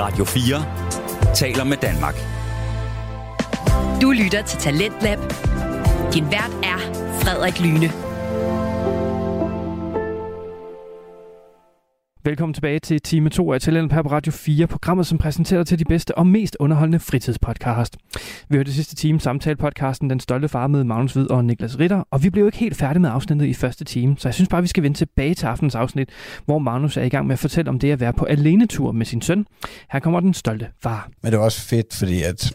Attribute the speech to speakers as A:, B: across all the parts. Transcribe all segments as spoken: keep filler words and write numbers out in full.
A: Radio fire taler med Danmark.
B: Du lytter til Talentlab. Din vært er Frederik Lyne.
C: Velkommen tilbage til time to af Talentlab på Radio fire, programmet som præsenterer til de bedste og mest underholdende fritidspodcast. Vi hørte det sidste time samtale-podcasten Den Stolte Far med Magnus Hvid og Niklas Ritter, og vi blev jo ikke helt færdige med afsnittet i første time, så jeg synes bare, vi skal vende tilbage til aftens afsnit, hvor Magnus er i gang med at fortælle om det at være på alenetur med sin søn. Her kommer Den Stolte Far.
D: Men det var også fedt, fordi at,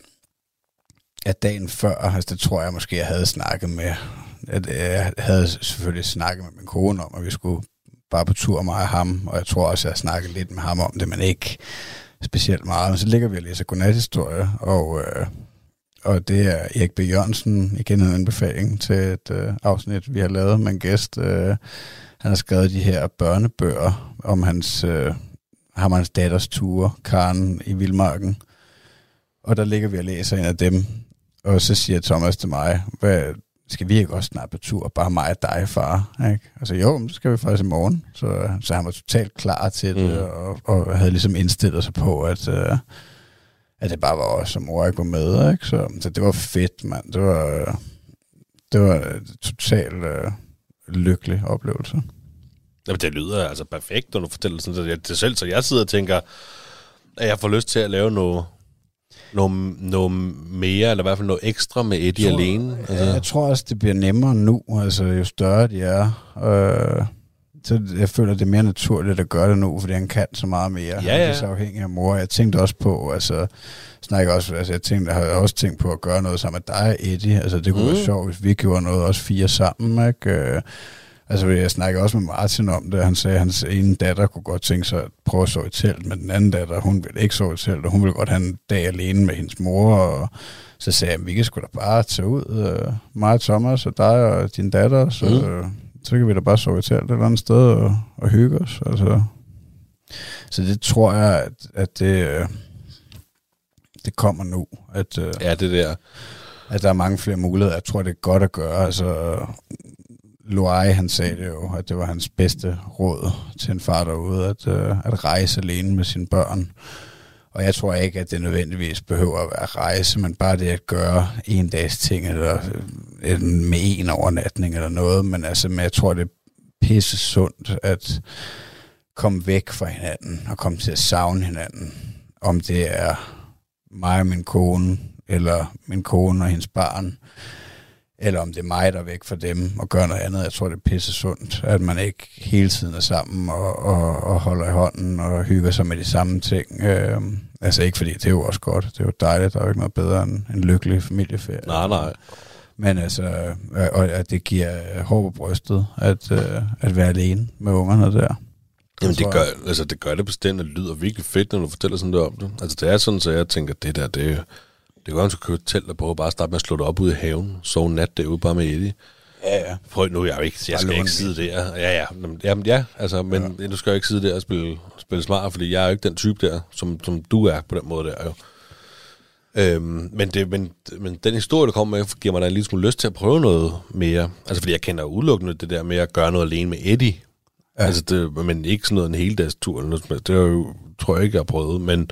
D: at dagen før, altså det tror jeg måske, jeg havde snakket med, at jeg havde selvfølgelig snakket med min kone om, at vi skulle bare på tur, mig og ham, og jeg tror også, jeg har snakket lidt med ham om det, men ikke specielt meget. Men så ligger vi og læser godnathistorie, og, øh, og det er Erik B. Jørgensen, igen en anbefaling til et øh, afsnit, vi har lavet med en gæst. Øh, han har skrevet de her børnebøger om hans, øh, ham og hans datters ture, Karen i Vildmarken, og der ligger vi og læser en af dem, og så siger Thomas til mig, hvad skal vi ikke også snart på tur, bare mig og dig, far? Ikke? Altså jo, så skal vi faktisk i morgen. Så, så han var totalt klar til det, mm. og, og havde ligesom indstillet sig på, at, uh, at det bare var os, som mor ikke var med. Ikke? Så, så det var fedt, mand. Det var, det var en totalt uh, lykkelig oplevelse.
E: Jamen, det lyder altså perfekt, når du fortæller sådan det til selv, så jeg sidder og tænker, at jeg får lyst til at lave noget, noget, noget mere, eller i hvert fald noget ekstra med Eddie tror, alene. Altså.
D: Jeg tror også, det bliver nemmere nu, altså jo større de er. Øh, så jeg føler, det er mere naturligt at gøre det nu, fordi han kan så meget mere.
E: Ja, ja.
D: Han er så afhængig af mor. Jeg tænkte også på, altså, snakker også, altså jeg, tænkte, jeg har også tænkt på at gøre noget sammen med dig og Eddie. Altså det kunne mm. være sjovt, hvis vi gjorde noget også fire sammen, ikke? Øh, Altså, jeg snakkede også med Martin om det. Han sagde, at hans ene datter kunne godt tænke sig at prøve at sove i telt, men den anden datter, hun ville ikke sove i telt, og hun ville godt have en dag alene med hendes mor. Og så sagde jeg, at vi kan sgu da bare tage ud, uh, mig og Thomas og dig og din datter, så, mm. uh, så kan vi da bare sove i telt et eller andet sted og, og hygge os. Altså. Så det tror jeg, at, at det, uh, det kommer nu. At, uh,
E: ja, det der.
D: At der er mange flere muligheder. Jeg tror, det er godt at gøre. Altså... Loai, han sagde det jo, at det var hans bedste råd til en far derude, at, øh, at rejse alene med sine børn. Og jeg tror ikke, at det nødvendigvis behøver at være rejse, men bare det at gøre en dags ting, eller øh, med en overnatning eller noget. Men altså, men jeg tror, det er pisse sundt at komme væk fra hinanden, og komme til at savne hinanden. Om det er mig og min kone, eller min kone og hendes barn, eller om det er mig, der er væk fra dem og gør noget andet. Jeg tror, det er pisse sundt, at man ikke hele tiden er sammen og, og, og holder i hånden og hygger sig med de samme ting. Øh, altså ikke fordi, det er jo også godt. Det er jo dejligt. Der er jo ikke noget bedre end en lykkelig familieferie.
E: Nej, nej.
D: Men altså, og at det giver hår på brystet, at, at være alene med ungerne der.
E: Jamen det gør, altså, det gør det bestemt, og det lyder virkelig fedt, når du fortæller sådan der om det. Altså det er sådan, så jeg tænker, det der, det er det går an til at købe et telt og prøve bare starte med at slå det op ude i haven. Sove en nat derude bare med Eddie.
D: Ja, ja.
E: Prøv nu, jeg, ikke, jeg skal ikke sidde der. Ja, ja. Jamen, ja, altså, men ja. Du skal jo ikke sidde der og spille, spille smart, fordi jeg er jo ikke den type der, som, som du er på den måde der jo. Øhm, men, det, men, men den historie, der kommer med, giver mig da en lille smule lyst til at prøve noget mere. Altså, fordi jeg kender udelukkende det der med at gøre noget alene med Eddie. Ja. Altså, det, men ikke sådan noget en heldagstur. Det er jo, tror jeg ikke, jeg har prøvet, men...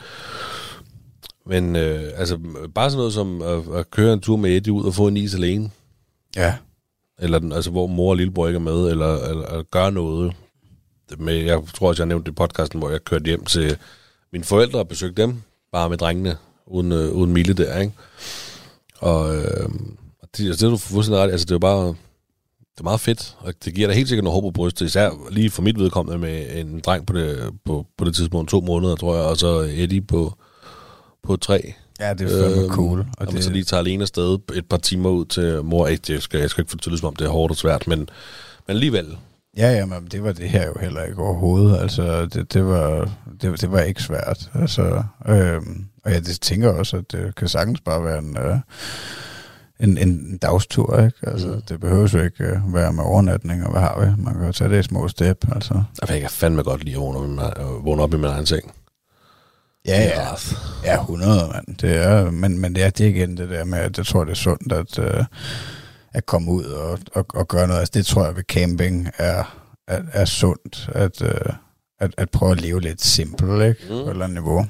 E: Men øh, altså, bare sådan noget som at, at køre en tur med Eddie ud og få en is alene.
D: Ja.
E: Eller den, altså, hvor mor og lillebror ikke er med, eller, eller, eller gøre noget. Med, jeg tror også, jeg har nævnt det i podcasten, hvor jeg kørte hjem til mine forældre og besøgte dem, bare med drengene, uden, øh, uden Mille der, ikke? Og øh, det, altså, det er du fuldstændig ret, altså det er bare, det er meget fedt, og det giver dig helt sikkert noget håb på brystet, især lige for mit vedkommende med en dreng på det, på, på det tidspunkt, to måneder, tror jeg, og så Eddie på på tre.
D: Ja, det er fandme øhm, cool. Og,
E: og
D: det...
E: man så lige tager alene afsted et par timer ud til mor. Ikke, det skal, jeg skal ikke fortælle, om det er hårdt og svært, men, men alligevel.
D: Ja, ja, men det var det her jo heller ikke overhovedet. Altså, det, det, var, det, det var ikke svært. Altså, øhm, og jeg tænker også, at det kan sagtens bare være en, øh, en, en dagstur, ikke? Altså, mm. det behøver jo ikke øh, være med overnatning, og hvad har vi? Man kan jo tage det i små step, altså.
E: Jeg kan fandme godt lide at vågne op i min, vågne op i min egen seng.
D: Ja, ja. Ja, hundrede, mand. Det er, men, men det er det igen, det der med, at jeg tror, det er sundt at, uh, at komme ud og, og, og gøre noget. Altså, det tror jeg ved camping er, er, er sundt, at, uh, at, at prøve at leve lidt simpelt, ikke? Mm. På et eller andet niveau.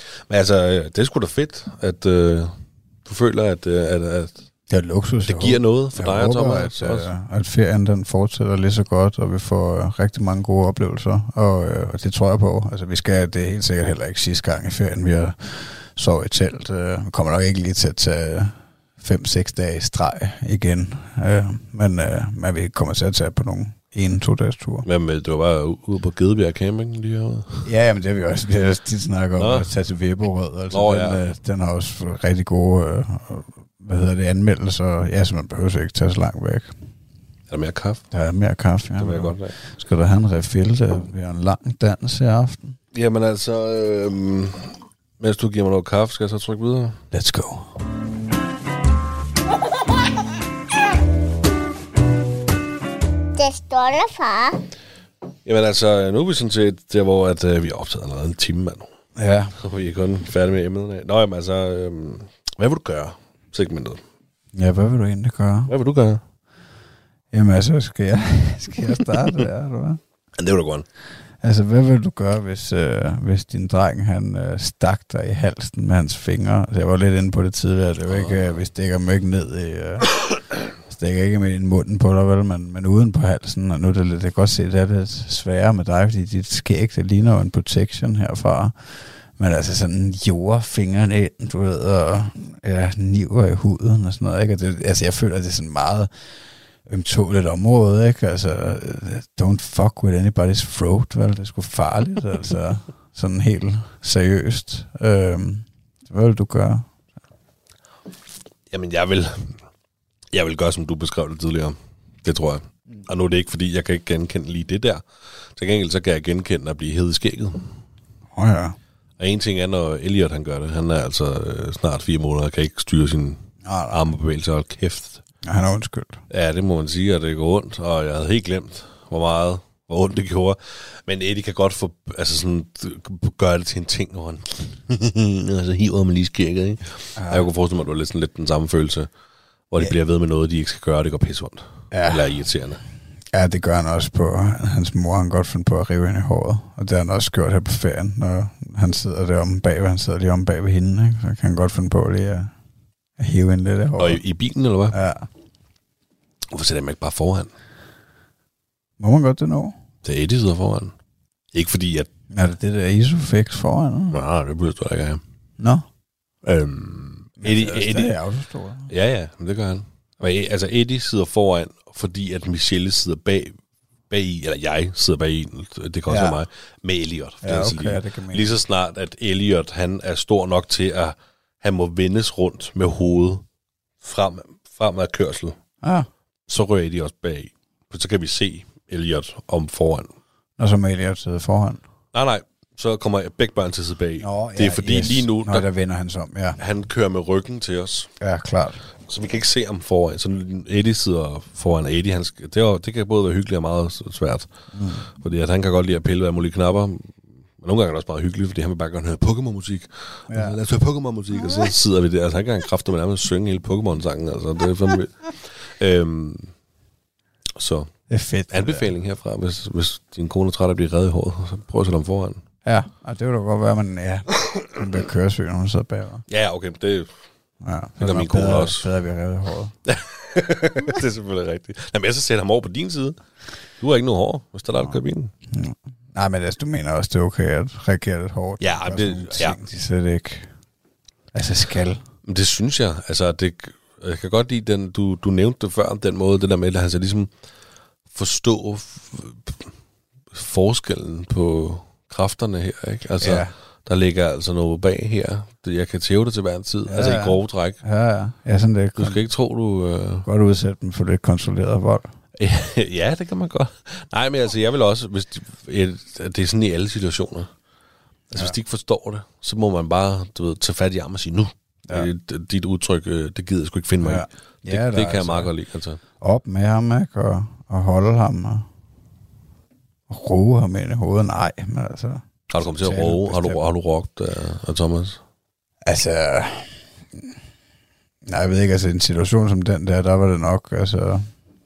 E: Men altså, det er sgu da fedt, at øh, du føler, at, at, at
D: det er luksus.
E: Det giver noget for
D: jeg
E: dig og Thomas.
D: At, også. at ferien den fortsætter lige så godt, og vi får uh, rigtig mange gode oplevelser, og, uh, og det tror jeg på. Altså, vi skal, det er helt sikkert heller ikke sidste gang i ferien, vi har sovet i telt. Uh, vi kommer nok ikke lige til at tage fem seks dage i streg igen, uh, men, uh, men vi kommer til at tage på nogle en, to dages tur.
E: Jamen, det var bare ude på Gedebjerg Camping lige herude.
D: Ja, men det har vi også, vi har også tit snakket om, Nå. at tage til Viborg. Altså, Nå, ja. den, uh, den har også rigtig gode... Uh, hvad hedder det, anmeldelser. Ja, så man behøver ikke tage så langt væk.
E: Er der mere kaffe?
D: Der er mere kaffe, ja.
E: Det vil jeg godt have.
D: Skal der have en refill, der bliver en lang dans i aften?
E: Jamen altså, øh, mens du giver mig noget kaffe, skal jeg så trykke videre?
D: Let's go.
F: Det står der, far.
E: Jamen altså, nu er vi sådan set der, hvor at, øh, vi har optaget allerede en time, mand.
D: Ja.
E: Så vi er kun færdige med emnet. Nå, jamen altså, øh, hvad vil du gøre? Segmentet.
D: Ja, hvad vil du egentlig gøre?
E: Hvad vil du gøre?
D: Jamen altså, skal jeg, skal jeg starte der, eller hvad?
E: Ja, det vil du godt.
D: Altså, hvad vil du gøre, hvis, øh, hvis din dreng, han øh, stak dig i halsen med hans fingre? Altså, jeg var lidt inde på det tidligere, det er jo ikke, øh, vi stikker dem ikke ned i... Øh, stikker ikke med i munden på dig, vel, men, men uden på halsen, og nu er det lidt, jeg kan godt se, det er lidt sværere med dig, fordi dit skæg, det ligner jo en protection herfra. Men altså sådan jorder fingrene ind, du ved, og ja, niver i huden og sådan noget, ikke? Og det, altså jeg føler, at det er sådan meget ømtåligt område, ikke? Altså, don't fuck with anybody's throat, vel? Det er sgu farligt, altså. Sådan helt seriøst. Øhm, hvad vil du gøre?
E: Jamen, jeg vil, jeg vil gøre, som du beskrev det tidligere. Det tror jeg. Og nu er det ikke, fordi jeg kan ikke genkende lige det der. Til gengæld, så kan jeg genkende at blive hed i skægget.
D: Åh oh, ja.
E: Og en ting er, når Elliot han gør det. Han er altså øh, snart fire måneder og kan ikke styre sin arme og bevægelser. Hold kæft.
D: Ja, han er undskyldt.
E: Ja, det må man sige, at det går ondt. Og jeg havde helt glemt, hvor meget, hvor ondt det gjorde. Men Eddie kan godt få, altså sådan, gøre det til en ting, hvor han altså, hiver mig lige skægget, ikke? Ja. Jeg kunne forestille mig, at det var lidt, sådan, lidt den samme følelse, hvor de ja. bliver ved med noget, de ikke skal gøre, det går pisse ondt. Ja. Eller irriterende.
D: Ja, det gør han også på. Hans mor han godt finde på at rive ind i håret. Og det har han også gjort her på ferien, når han sidder der om bagved. Han sidder lige om bag ved hende, ikke? Så kan han godt finde på lige at, at hive ind lidt af håret.
E: Og i, i bilen, eller hvad?
D: Ja.
E: Hvorfor sætter man ikke bare foran?
D: Må man godt det nå?
E: Det er Eddie sidder foran. Ikke fordi, at...
D: Er det det der Isofix foran?
E: Nej, det burde du ikke have.
D: Nå?
E: Øhm, Eddie,
D: det er
E: Eddie,
D: autostol.
E: Ja, ja, det gør han. Altså, Eddie sidder foran, fordi at Michelle sidder bag, bag i, eller jeg sidder bag i, det kan også ja. være mig, med Elliot.
D: Ja, okay, lige. Det kan
E: lige så snart, at Elliot, han er stor nok til, at han må vendes rundt med hovedet frem, frem af kørsel,
D: ja.
E: så rører Eddie også bag. Så kan vi se Elliot om foran.
D: Og så må Elliot sidde foran?
E: Nej, nej. Så kommer begge børn til at sidde bag.
D: Nå,
E: det er
D: ja,
E: fordi
D: yes.
E: lige nu,
D: Nå, der, der vender han som, ja.
E: Han kører med ryggen til os.
D: Ja, klart.
E: Så vi kan ikke se ham foran. Så Eddie sidder foran. Eddie, han skal, det, er, det kan både være hyggeligt og meget svært. Mm. Fordi at han kan godt lide at pille af mulige knapper. Men nogle gange er det også meget hyggeligt, fordi han vil bare gerne høre Pokémon-musik. Ja. Lad os høre Pokémon-musik. Og så sidder vi der. Altså, han kan kræfter med nærmest synge hele Pokémon-sangen. Altså, det er fandme øhm, Så
D: det er fedt.
E: Anbefaling herfra, hvis, hvis din kone er træt af at blive reddet i håret, så prøv at sætte ham foran.
D: Ja, og det vil da godt være, at man, ja, man bliver køresyg, når man sidder bagved.
E: Ja, okay, det,
D: ja,
E: det gør min kone
D: bedre,
E: også.
D: Bedre, at vi redder håret.
E: Det er selvfølgelig rigtigt. Jamen, jeg så sætter ham over på din side. Du har ikke noget hår, hvis der er der kører bilen.
D: Ja. Nej, men altså, du mener også, det er okay at reagere lidt hårdt.
E: Ja, det, det ja.
D: Ting, de slet ikke altså skal.
E: Men det synes jeg. Altså, det, jeg kan godt lide den, du, du nævnte det før, den måde, det der med, at han så ligesom forstå forskellen på kræfterne her, ikke? Altså, ja. Der ligger altså noget bag her. Jeg kan tæve det til hver en tid. Ja, altså i grove træk.
D: Ja, ja. ja sådan det.
E: Du skal ikke tro, du... Øh...
D: Godt udsætte dem for lidt kontrolleret vold.
E: Ja, det kan man godt. Nej, men altså, jeg vil også... Hvis de, det er sådan i alle situationer. Altså, ja. Hvis de ikke forstår det, så må man bare, du ved, tage fat i armen og sige, nu, ja. dit udtryk, det gider jeg sgu ikke finde mig ja. i. Det, ja, det kan altså jeg meget godt lide, altså.
D: Op med ham, ikke? Og, og holde ham, og, og roe ham ind i hovedet. Nej, men altså...
E: Har du kommet til at roe? Har du, har du rokt af Thomas?
D: Altså... Nej, jeg ved ikke, altså en situation som den der, der var det nok, altså...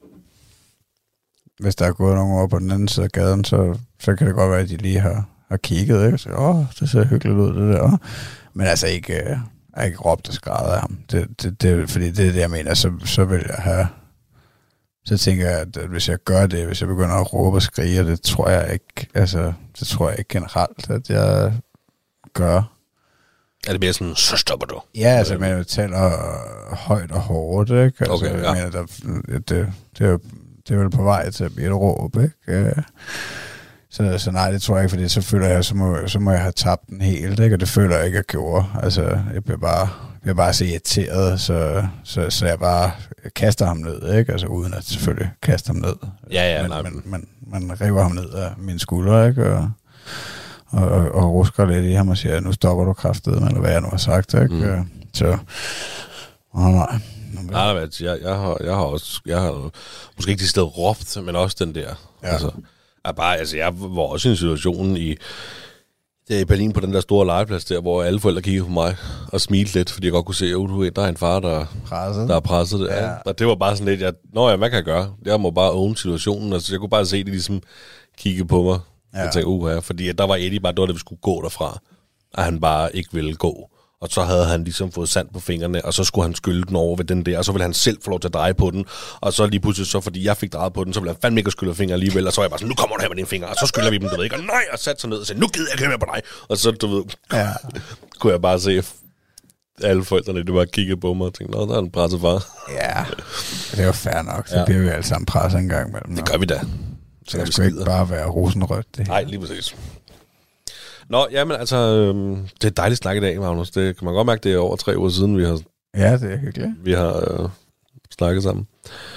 D: Hvis der er gået nogen over på den anden side af gaden, så, så kan det godt være, at de lige har, har kigget, ikke? Så, åh, det ser hyggeligt ud, det der. men altså ikke, øh, jeg ikke råbt og skrædder af ham. Det, det, det, fordi det er det, jeg mener. Så, så vil jeg have... Så tænker jeg, at hvis jeg gør det, hvis jeg begynder at råbe og skrige, og det tror jeg ikke, altså, det tror jeg ikke generelt, at jeg gør.
E: Er det mere sådan, så stopper du?
D: Ja, altså, man taler højt og hårdt, ikke? Altså,
E: okay, ja.
D: Jeg mener, der, det, det, det, er jo, det er vel på vej til at blive et råb, ikke? Så, så nej, det tror jeg ikke, fordi så føler jeg, så må, så må jeg have tabt den helt, ikke? Og det føler jeg ikke, jeg gjorde. Altså, jeg bliver bare, jeg bliver bare så irriteret, så, så, så jeg bare kaster ham ned, ikke? Altså, uden at selvfølgelig kaste ham ned.
E: Ja, ja,
D: men,
E: nej.
D: Men, man, man river ham ned af mine skuldre, ikke? Og, og, og, og rusker lidt i ham og siger, nu stopper du kraftet, eller hvad jeg nu har sagt, ikke? Mm. Så, åh nej.
E: Nej, nej, jeg, jeg, har, jeg har også, jeg har måske ikke til stedet råbt, men også den der, ja. altså, er bare, altså, jeg var også i en situation i, i Berlin på den der store legeplads der, hvor alle forældre kiggede på mig og smilte lidt, fordi jeg godt kunne se, at der er en far, der, der er presset det. Ja. Og det var bare sådan lidt, jeg, nå ja, hvad kan jeg gøre? Jeg må bare own situationen, altså jeg kunne bare se, at de ligesom kiggede på mig, ja. Og tænkte, uha, fordi der var Eddie bare, det var det, vi skulle gå derfra, og han bare ikke ville gå. Og så havde han ligesom fået sand på fingrene, og så skulle han skylde den over ved den der, og så ville han selv få lov til at dreje på den, og så lige pludselig, så fordi jeg fik drejet på den, så ville han fandme ikke skylde fingre alligevel, og så var jeg bare sådan, nu kommer du her med dine fingre, og så skylder vi dem, du ved ikke, og nej, og satte sig ned og sagde, nu gider jeg ikke mere på dig, og så, du ved, ja. kunne jeg bare se alle forældrene, det bare kiggede på mig og tænkte, nå, der er en presset far.
D: Ja, det er jo fair nok, så ja. bliver vi alle sammen presset en gang imellem.
E: Det gør vi da.
D: Så det skulle ikke bare være rosenrødt, det.
E: Nej, lige præcis. Nå, jamen altså, øhm, det er et dejligt snak i dag, Magnus. Det kan man godt mærke, det er over tre uger siden, vi har,
D: ja, det er hyggeligt.
E: Vi har øh, snakket sammen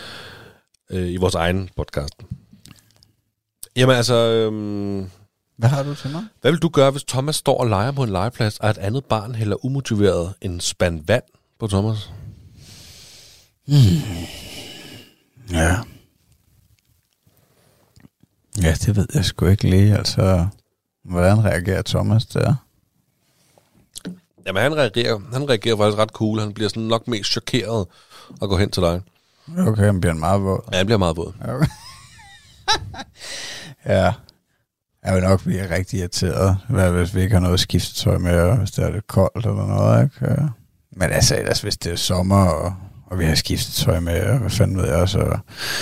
E: øh, i vores egen podcast. Jamen altså... Øhm,
D: hvad har du til mig?
E: Hvad vil du gøre, hvis Thomas står og leger på en legeplads, og et andet barn hælder umotiveret en spand vand på Thomas?
D: Hmm. Ja. Ja, det ved jeg sgu ikke lige, altså... Hvordan reagerer Thomas der?
E: Jamen, han reagerer, han reagerer faktisk ret cool. Han bliver sådan nok mest chokeret og går hen til dig.
D: Okay, han bliver meget våd.
E: Ja, han bliver meget våd.
D: Okay. Ja. Jeg vil nok blive rigtig irriteret, hvis vi ikke har noget skiftetøj med, og hvis det er lidt koldt eller noget, ikke? Ja. Men altså, ellers, hvis det er sommer, og, og vi har skiftetøj med, og hvad fanden ved jeg, så...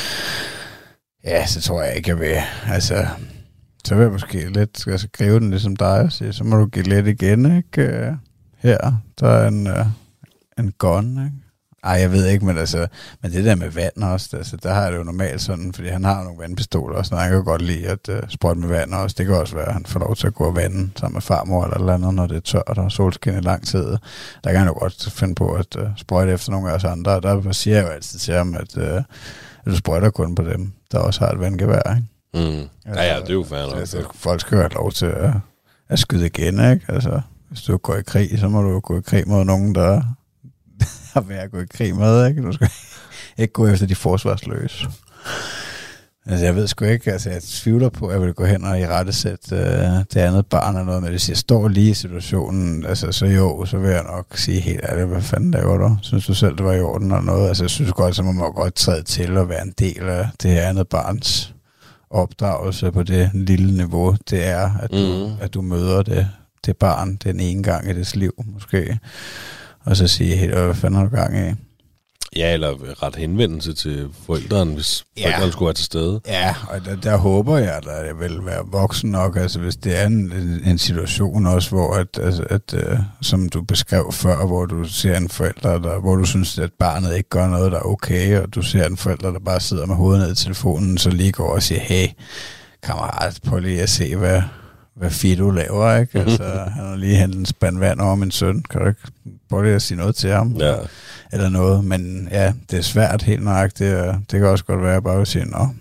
D: Ja, så tror jeg ikke, jeg vil... Altså... Så vil jeg måske lidt, altså gribe den ligesom dig og sige, så må du give lidt igen, ikke? Her, der er en, uh, en gun, ikke? Ej, jeg ved ikke, men altså, men det der med vand også, altså, der har jeg det jo normalt sådan, fordi han har nogle vandpistoler og sådan, og han kan godt lide at uh, sprøjte med vand også. Det kan også være, at han får lov til at gå og vande sammen med farmor eller eller andet, når det er tørt og solskin i lang tid. Der kan han jo godt finde på at uh, sprøjte efter nogle af os andre, og der siger jeg jo altid til ham, at, uh, at du sprøjter kun på dem, der også har et vandgevær, ikke?
E: Mm. Ja, ja, det er jo fair nok.
D: Altså, folk skal jo have lov til at, at skyde igen, ikke? Altså, hvis du går i krig, så må du gå i krig mod nogen, der har været at gå i krig med, ikke? Du skal ikke gå efter de forsvarsløse. Altså, jeg ved sgu ikke, altså, jeg tvivler på, at jeg vil gå hen og i rettesætte uh, det andet barn eller noget, men hvis jeg står lige i situationen, altså, så jo, så vil jeg nok sige helt ærligt, hvad fanden laver du? Synes du selv, det var i orden eller noget? Altså, jeg synes godt, så må man godt træde til at være en del af det her andet barns opdragelse på det lille niveau, det er, at du, mm. at du møder det, det barn den ene gang i dets liv, måske. Og så sige, hey, hvad fanden har du gang i?
E: Ja, eller ret henvendelse til forældrene, hvis ja. forældrene skulle være til stede.
D: Ja, og der, der håber jeg, at jeg vil være voksen nok, altså hvis det er en, en situation også, hvor, at, altså, at, uh, som du beskrev før, hvor du ser en forælder, der, hvor du synes, at barnet ikke gør noget, der er okay, og du ser en forælder, der bare sidder med hovedet ned i telefonen, så lige går og siger, hey, kammerat, prøv lige at se, hvad, hvad Fido laver, ikke? Mm-hmm. Altså, han har lige hentet en spand vand over min søn, kan du ikke prøve lige at sige noget til ham?
E: Ja.
D: Eller noget, men ja, det er svært helt nøjagtigt, det, det kan også godt være, at jeg bare vil sige, nå,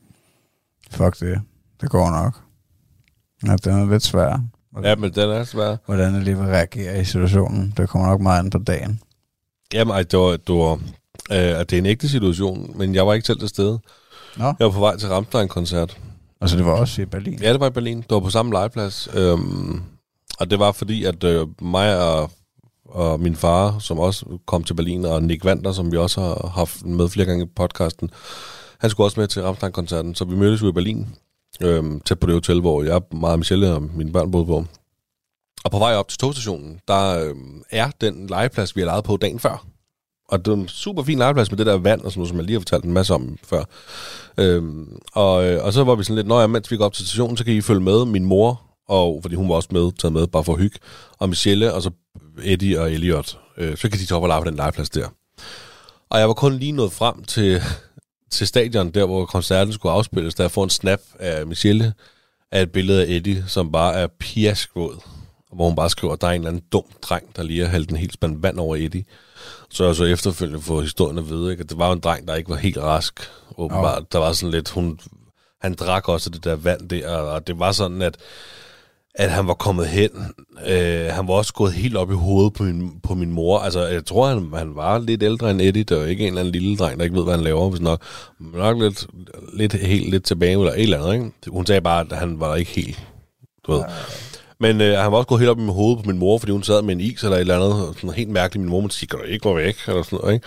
D: fuck det, det går nok. Ja, den er lidt svær.
E: Ja, men den er svær.
D: Hvordan jeg lige vil reagere i situationen, det kommer nok meget an på dagen.
E: Jamen, ej, det var, det var øh, det er en ægte situation, men jeg var ikke selv til stede. Nå. Jeg var på vej til Rammstein-koncert.
D: Altså, det var også i Berlin?
E: Ja, det var i Berlin. Det var på samme legeplads. Øhm, og det var fordi, at øh, mig og og min far, som også kom til Berlin, og Nick Wander, som vi også har haft med flere gange i podcasten, han skulle også med til Rammstein-koncerten, så vi mødtes jo i Berlin, øhm, tæt på det hotel, hvor jeg, meget Michelle og mine børn boede på. Og på vej op til togstationen, der øh, er den legeplads, vi har leget på dagen før. Og det er en super fin legeplads med det der vand, og sådan noget, som jeg lige har fortalt en masse om før. Øhm, og, og så var vi sådan lidt, når jeg, mens vi går op til stationen, så kan I følge med min mor, og fordi hun var også med, taget med, bare for at hygge, og Michelle, og så Eddie og Elliot. Øh, så kan de tage op og lege på den legeplads der. Og jeg var kun lige nået frem til, til stadion, der hvor koncerten skulle afspilles, der jeg får en snap af Michelle, af et billede af Eddie, som bare er piaskvåd, hvor hun bare skriver, at der er en eller anden dum dreng, der lige har hældt en helt spand vand over Eddie. Så jeg så efterfølgende få historien at vide, ikke? At det var en dreng, der ikke var helt rask, åbenbart. Oh. Der var sådan lidt, hun, han drak også det der vand der, og det var sådan, at, at han var kommet hen. Øh, han var også gået helt op i hovedet på min, på min mor. Altså, jeg tror, han, han var lidt ældre end Eddie. Det var ikke en eller anden lille dreng, der ikke ved, hvad han laver. Hvis nok, nok lidt, lidt, helt lidt tilbage, eller et eller andet, ikke? Hun sagde bare, at han var ikke helt, du ved. Men øh, han var også gået helt op i mit hoved på min mor, fordi hun sad med en is eller et eller andet. Sådan helt mærkeligt. Min mor måtte sige, kan du ikke gå væk? Eller sådan noget, ikke?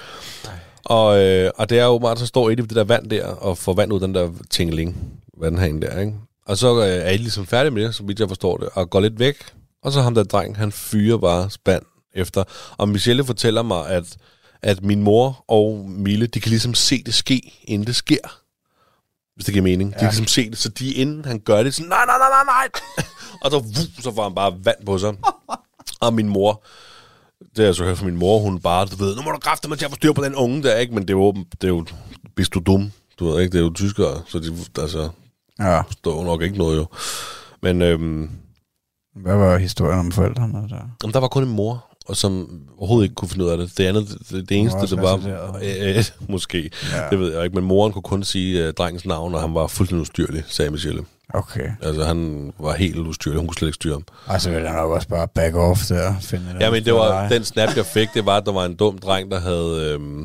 E: Og, øh, og det er jo bare, så står Eddie ved det der vand der, og får vand ud den der tingeling, vandhagen der, ikke? Og så øh, er Eddie ligesom færdig med det, så vidt jeg forstår det, og går lidt væk. Og så ham der dreng, han fyrer bare spand efter. Og Michelle fortæller mig, at, at min mor og Mille, de kan ligesom se det ske, inden det sker. Hvis det giver mening. Ja. De kan ligesom se det, så de inden han gør det, sådan, nej, nej, nej, nej, nej. Og så, vuh, så får han bare vand på sig. Og min mor, det har jeg så hørt fra min mor, hun bare, du ved, nu må du kræfte mig til at få styr på den unge der, ikke? Men det er jo, det er jo, hvis du er dum, du ved ikke, det er jo tyskere, så de, altså, ja. Står nok ikke noget jo. Men, øhm,
D: hvad var historien om forældrene der?
E: Jamen, der var kun en mor, og som overhovedet ikke kunne finde ud af det. Det andet, det, det eneste, det var, øh, øh, måske, ja. Det ved jeg ikke, men moren kunne kun sige øh, drengens navn, og han var fuldstændig ustyrlig, sagde Michelle.
D: Okay.
E: Altså, han var helt ustyrlig, hun kunne slet ikke styre ham.
D: Og så ville han nok også bare back off der. Finde
E: ja, men det var den snap, jeg fik, det var, at der var en dum dreng, der havde øhm,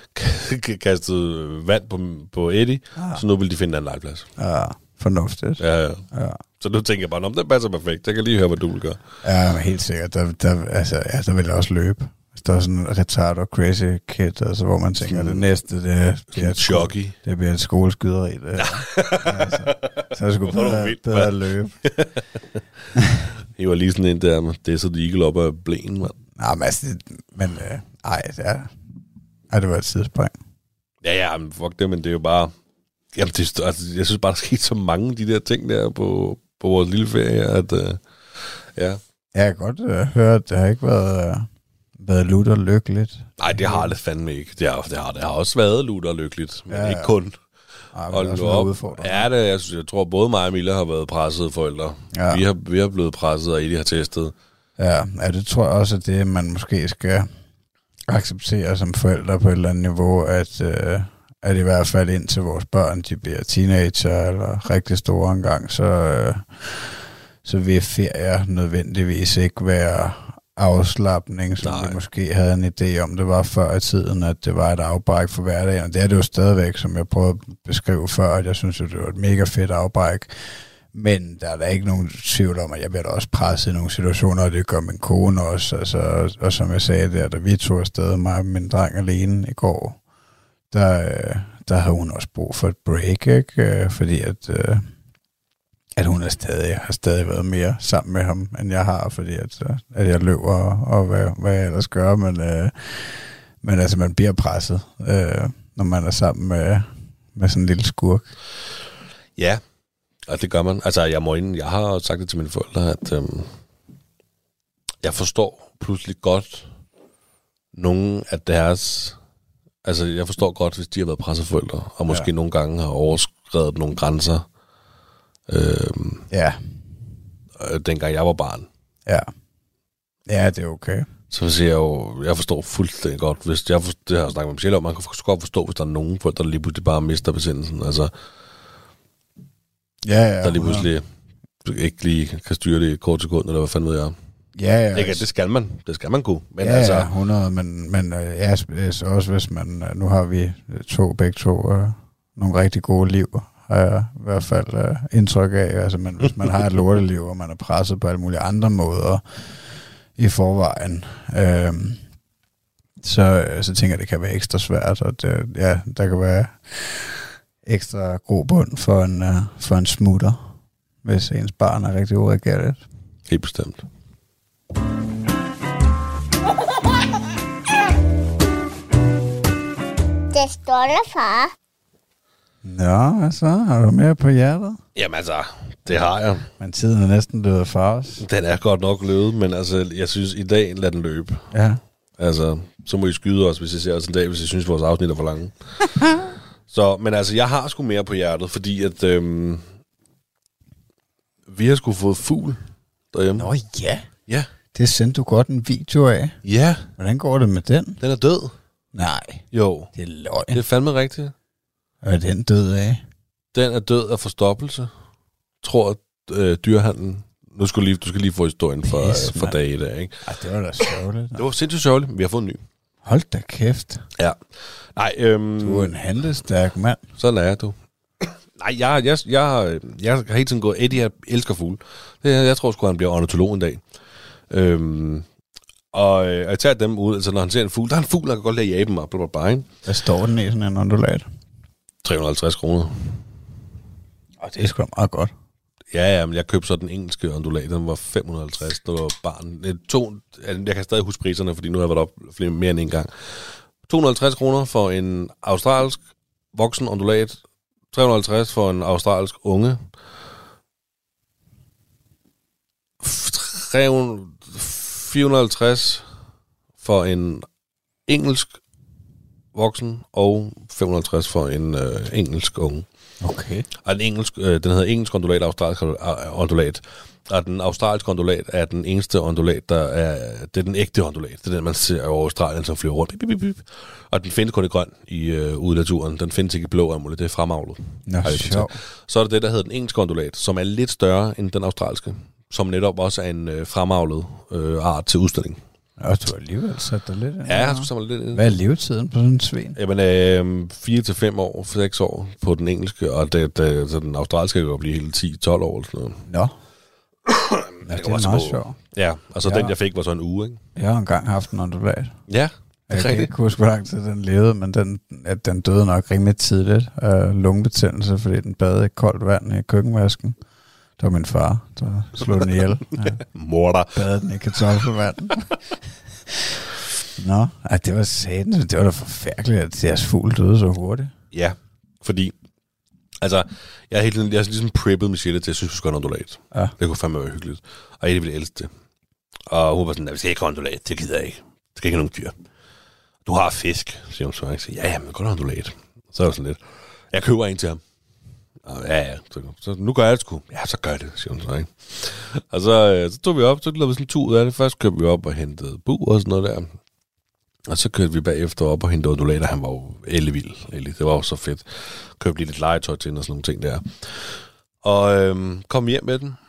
E: kastet vand på, på Eddie, ah. Så nu ville de finde en legeplads.
D: Ja, fornuftigt.
E: Ja, ja.
D: Ja.
E: Så nu tænker jeg bare, om det passer perfekt. Jeg kan lige høre, hvad du vil gøre.
D: Ja, men helt sikkert. Der, der, altså, ja, der vil jeg også løbe. Hvis der er sådan en retard og crazy kid, altså, hvor man tænker, at det næste, det bliver et,
E: sko-
D: det bliver et skoleskyderi. Det, ja, altså, så er det sgu bedre, vildt, bedre at løbe.
E: Det var lige sådan en der, det er så de ikke op af blæen, mand.
D: Nej, men altså, det, men, øh, ej, det, er, ej, det var et sidespring.
E: Ja, ja, men fuck det, men det er jo bare... Jamen, det, altså, jeg synes bare, der skete så mange af de der ting der på, på vores lille ferie, at uh, ja.
D: Jeg kan godt uh, høre, at det har ikke været, uh, været lutter lykkeligt.
E: Nej, det har det fandme ikke. Det har, det har, det har også været lutter lykkeligt, men ja, ikke kun.
D: Ej, men det er også
E: ja, det, jeg, synes, jeg tror, både mig og Mille har været pressede forældre. Ja. Vi, har, vi har blevet presset, og Eddie har testet.
D: Ja, ja, det tror jeg også, at det, man måske skal acceptere som forældre på et eller andet niveau, at... Uh, at i hvert fald indtil vores børn, de bliver teenager eller rigtig store engang, så, øh, så vil ferier nødvendigvis ikke være afslapning, som Nej. vi måske havde en idé om, det var før i tiden, at det var et afbræk for hverdagen. Og det er det jo stadigvæk, som jeg prøvede at beskrive før, at jeg synes, at det var et mega fedt afbræk. Men der er da ikke nogen tvivl om, at jeg bliver da også presset i nogle situationer, og det gør min kone også. Altså, og, og som jeg sagde der, da vi tog afsted, mig og min dreng alene i går, Der, der har hun også brug for et break, ikke? Fordi at, at hun er stadig, har stadig været mere sammen med ham, end jeg har, fordi at, at jeg løber og, og hvad, hvad jeg ellers gør, men, men altså man bliver presset, når man er sammen med, med sådan en lille skurk.
E: Ja, og det gør man. Altså jeg må inden, jeg har sagt det til mine forældre, at øhm, jeg forstår pludselig godt nogle af deres... Altså, jeg forstår godt, hvis de har været presseforældre, og måske ja. nogle gange har overskredet nogle grænser. Øhm,
D: ja.
E: Dengang jeg var barn.
D: Ja. Ja, det er okay.
E: Så siger jeg jo, jeg forstår fuldstændig godt, hvis jeg forstår, det har jeg snakket med Michelle om, man kan godt forstå, hvis der er nogen forældre, der lige pludselig bare mister besindelsen. Altså,
D: ja, ja.
E: Der lige pludselig ja. ikke lige kan styre det i et kort sekund, eller hvad fanden ved jeg.
D: Ja, ja.
E: Ikke, det skal man. Det skal man kunne. Men
D: ja,
E: altså...
D: ja, hundrede, men, men ja, også hvis man... Nu har vi to, begge to, øh, nogle rigtig gode liv, har jeg i hvert fald øh, indtryk af. Altså, men hvis man har et lorteliv, og man er presset på alle mulige andre måder i forvejen, øh, så, så tænker jeg, det kan være ekstra svært, og det, ja, der kan være ekstra grobund for en, uh, for en smutter, hvis ens barn er rigtig ureagerligt.
E: Helt bestemt.
F: Det er stolte far.
D: Nå, hvad så? Har du mere på hjertet?
E: Jamen altså, det har jeg.
D: Men tiden er næsten løbet fra os.
E: Den er godt nok løbet, men altså, jeg synes, i dag lad den løbe.
D: Ja.
E: Altså, så må I skyde os, hvis I ser os en dag, hvis I synes, vores afsnit er for lange. Så, men altså, jeg har sgu mere på hjertet, fordi at øhm, vi har sgu fået fugl derhjemme.
D: Nå ja.
E: Ja.
D: Det sendte du godt en video af.
E: Ja.
D: Hvordan går det med den?
E: Den er død.
D: Nej.
E: Jo.
D: Det er løgn.
E: Det er fandme rigtigt.
D: Hvad er den død af?
E: Den er død af forstoppelse. Tror, at øh, dyrhandlen... Nu skal du, lige, du skal lige få historien for,
D: Pis,
E: for dag i dag, ikke?
D: Ej, det var da sørgeligt.
E: Det var sindssygt sørgeligt. Vi har fået en ny.
D: Hold da kæft.
E: Ja. Nej, øhm...
D: Du er en handlestærk mand.
E: Sådan er jeg, du. Nej, jeg, jeg, jeg, jeg har hele tiden gået... Eddie, jeg elsker fugle. Det, jeg tror sgu, han bliver ornitolog en dag. Øhm... Og øh, jeg tager dem ud, altså når han ser en fugl, der er en fugl, der kan godt lide at jage dem op, blablabla, ikke?
D: Hvad står den i sådan en undulat?
E: tre hundrede og halvtreds kroner.
D: Og det er sgu da meget godt.
E: Ja, ja, men jeg købte så den engelske undulat, den var fem hundrede og halvtreds, der var barn. Det to, jeg kan stadig huske priserne, fordi nu har jeg været op flere, mere end en gang. to hundrede og halvtreds kroner for en australsk voksen undulat, tre hundrede og halvtreds for en australsk unge, fire hundrede og halvtreds for en engelsk voksen, og fem hundrede og halvtreds for en øh, engelsk unge.
D: Okay.
E: Og den, engelsk, øh, den hedder engelsk undulat, australsk undulat. Og den australske undulat er den eneste undulat, der er... Det er den ægte undulat. Det er den, man ser over Australien, som flyver rundt. Bip, bip, bip. Og den findes kun i grøn i øh, ude i naturen. Den findes ikke i blå og muligt. Det er fremavlet.
D: Nå, sjov.
E: Så er det det, der hedder den engelske undulat, som er lidt større end den australske. Som netop også er en øh, fremavlet øh, art til udstilling.
D: Og du har alligevel sat dig lidt ind.
E: Ja, jeg har sgu samlet lidt ind.
D: Hvad er levetiden på sådan en svin?
E: Jamen, øh, fire til fem år, seks år på den engelske, og det, det, så den australske kan jo blive helt ti til tolv år. Eller sådan noget.
D: Nå. Ja, det er meget sjovt.
E: Ja, og så
D: ja.
E: Den, jeg fik, var så en uge, ikke?
D: Jeg har engang haft en undulat.
E: Ja,
D: jeg kan ikke huske, hvor lang tid den levede, men den, at den døde nok rimelig tidligt af lungebetændelse, fordi den badede i koldt vand i køkkenvasken. Det var min far, der slog den ihjel. Ja.
E: Morder.
D: Badede den i kartoffelvand. Nå, ej, det var satan. Det var da forfærdeligt, at deres fugl døde så hurtigt.
E: Ja, fordi... Altså, jeg har helt jeg har ligesom preppet Michelle til, at jeg synes, vi skal have en undulat. Ja. Det kunne fandme være hyggeligt. Og jeg ville elske det. Og hun var sådan, at vi skal ikke have undulat. Det gider jeg ikke. Det skal ikke have nogen dyr. Du har fisk, siger hun så. Jeg siger, ja, ja, men godt have undulat. Så er det sådan lidt. Jeg køber en til ham. Og ja, ja. Så, så nu gør jeg det sgu. Ja, så gør det, siger hun så, ikke? Og så, så tog vi op, så lavede vi sådan en tur ud af det. Først købte vi op og hentede bur og sådan noget der. Og så kørte vi bagefter op og hentede undulater. Han var jo ellevild. Det var jo så fedt. Købte lige lidt legetøj til og sådan nogle ting der. Og øhm, kom hjem med den.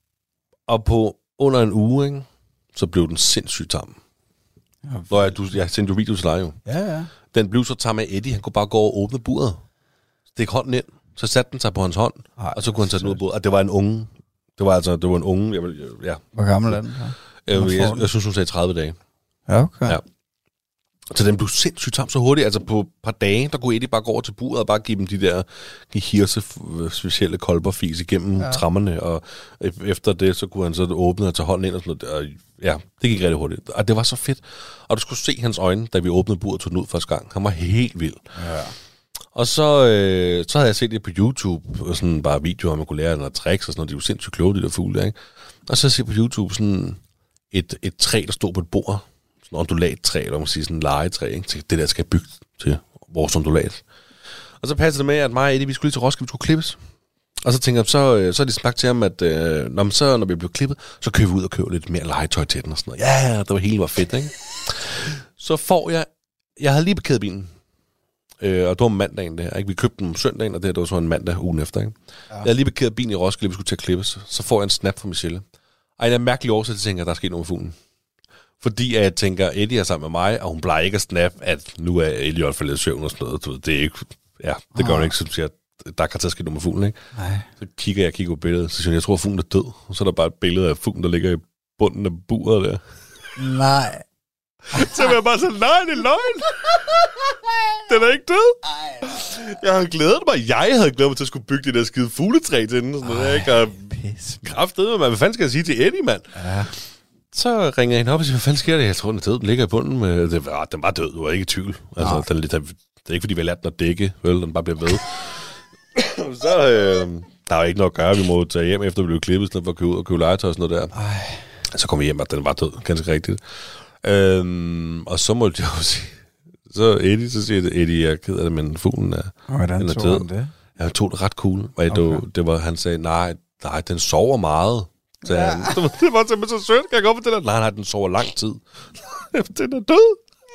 E: Og på under en uge, ikke, så blev den sindssygt tam. Ja, Når jeg, du, jeg sendte jo video til dig jo.
D: Ja, ja.
E: Den blev så tam af Eddie. Han kunne bare gå og åbne buret. Stik hånden ind. Så satte den sig på hans hånd. Ej, og så kunne han tage den ud af buret. Og det var en unge. Det var altså det var en unge. Jeg, ja.
D: Hvor gammel er den?
E: Ja. Jeg, jeg, jeg, jeg synes, hun sagde tredive dage.
D: Ja, okay. Ja.
E: Så den blev sindssygt tam så hurtigt. Altså på et par dage, der kunne Eddie bare gå over til buret og bare give dem de der de hirse specielle kolberfis igennem ja. trammerne. Og efter det, så kunne han så åbne og tage hånden ind og sådan noget. Og ja, det gik rigtig hurtigt. Og det var så fedt. Og du skulle se hans øjne, da vi åbnede buret og tog den ud første gang. Han var helt vild. Ja. Og så, øh, så havde jeg set det på YouTube, og sådan bare videoer, man kunne lære nogle tricks og sådan noget. De er jo sindssygt kloge, de der fugle, ikke? Og så ser jeg på YouTube sådan et, et træ, der stod på et bord. Sådan et undulattræ, eller man siger sådan en legetræ, ikke? Det der skal jeg bygge til vores undulat. Og så passede det med, at mig og Eddie, vi skulle lige til Roskilde, vi skulle klippes. Og så tænkte jeg, så, så er de sagt til ham, at øh, når, så, når vi bliver klippet, så køber vi ud og køber lidt mere legetøj til den og sådan noget. Ja, det var helt var fedt, ikke? Så får jeg, jeg havde lige parkeret bilen. Øh, og det var mandagen det her, ikke? Vi købte den om søndagen, og det her, det var så en mandag ugen efter, ikke? Ja. Jeg havde lige parkeret bilen i Roskilde, vi skulle til at klippes. Så får jeg en snap fra Michelle. Og en af mærkelige årsager, så tænker jeg, at der er sket noget med fuglen. Fordi jeg tænker, Eddie er sammen med mig, og hun plejer ikke at snap, at nu er Elliot for lidt søvn og sådan noget. Du ved, det er ikke, ja, det gør hun ikke, som siger, der kan tage ske noget med fuglen, ikke? Nej. Så kigger jeg kigger på billedet, så siger jeg, jeg tror, at fuglen er død. Og så er der bare et billede af fuglen, der ligger i bunden af buret der.
D: Nej.
E: Så var jeg bare sådan, nej, det er løgn. Den er ikke død. Ej. Jeg havde glædet mig. Jeg havde glædet mig til at skulle bygge det der skide fugletræ til den. Og sådan noget, ikke? Og kraftedeme, man. Hvad fanden skal jeg sige til Eddie, mand? Ja. Så ringer jeg hende op og siger, hvad fanden sker der? Jeg tror, den er død. Den ligger i bunden. Med, det var, den var død. Du var ikke i tvivl. Altså, den, den, Det er ikke, fordi vi har lært den at dække, vel? Den bare bliver ved. så øh, der er jo ikke noget at gøre. Vi må tage hjem, efter vi blev klippet, sådan for at købe ud og købe legetøj og sådan noget der. Ej. Så kom vi hjem, og den var død, ganske rigtigt. Øhm, og så måtte jeg jo sige... Så Eddie, så siger det, Eddie, jeg er ked af det, men fuglen er,
D: hvordan
E: den er
D: tog
E: død.
D: han det?
E: Ja, han tog det ret cool. Og okay. det, det var, han sagde, nej, nej, den sover meget. Så ja. han, det var simpelthen så sødt, kan jeg gå på det der? Nej, nej, den sover lang tid. Den er død.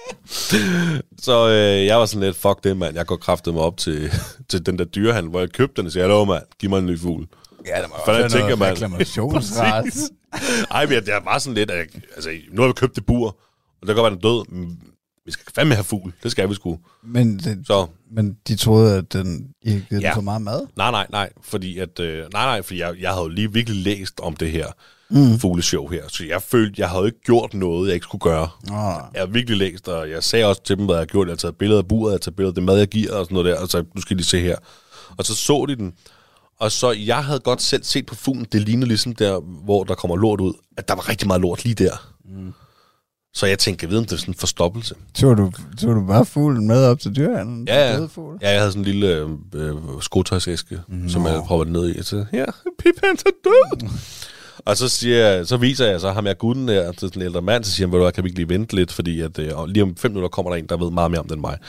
E: Så øh, jeg var sådan lidt, fuck det, mand. Jeg går kraftet mig op til, til den der dyrehandel, hvor jeg købte den, og siger, hallo, mand, giv mig en ny fugl.
D: Ja, det må også være noget man, reklamationsret.
E: Ej, men jeg, jeg var sådan lidt, at, altså, nu har vi købt det bur, og der kan være den død, men vi skal fandme have fugl. Det skal vi sgu. Men, det,
D: så. men de troede, at den ikke givet ja. for meget mad?
E: Nej, nej, nej. Fordi, at, øh, nej, nej, fordi jeg, jeg havde jo lige virkelig læst om det her mm. fugleshow her. Så jeg følte, jeg havde ikke gjort noget, jeg ikke skulle gøre. Oh. Jeg har virkelig læst, og jeg sagde også til dem, hvad jeg har gjort. Jeg har taget billeder af buret, jeg har taget billeder af det mad, jeg giver, og sådan noget der. Og så nu skal de se her. Og så så de den. Og så, jeg havde godt selv set på fuglen, det lignede ligesom der, hvor der kommer lort ud, at der var rigtig meget lort lige der. Mm. Så jeg tænkte, jeg ved, om det er sådan en forstoppelse.
D: Tog du, tog du bare fuglen med op til dyrehandlen?
E: Ja, ja. ja, jeg havde sådan en lille øh, øh, skotøjsæske, no. som jeg proppede ned i. Så, ja, Pip, han er død. Og så, siger jeg, så viser jeg så ham jeg gutten der til sådan en ældre mand, så siger han, kan vi ikke lige vente lidt, fordi at, øh, lige om fem minutter kommer der en, der ved meget mere om den mig.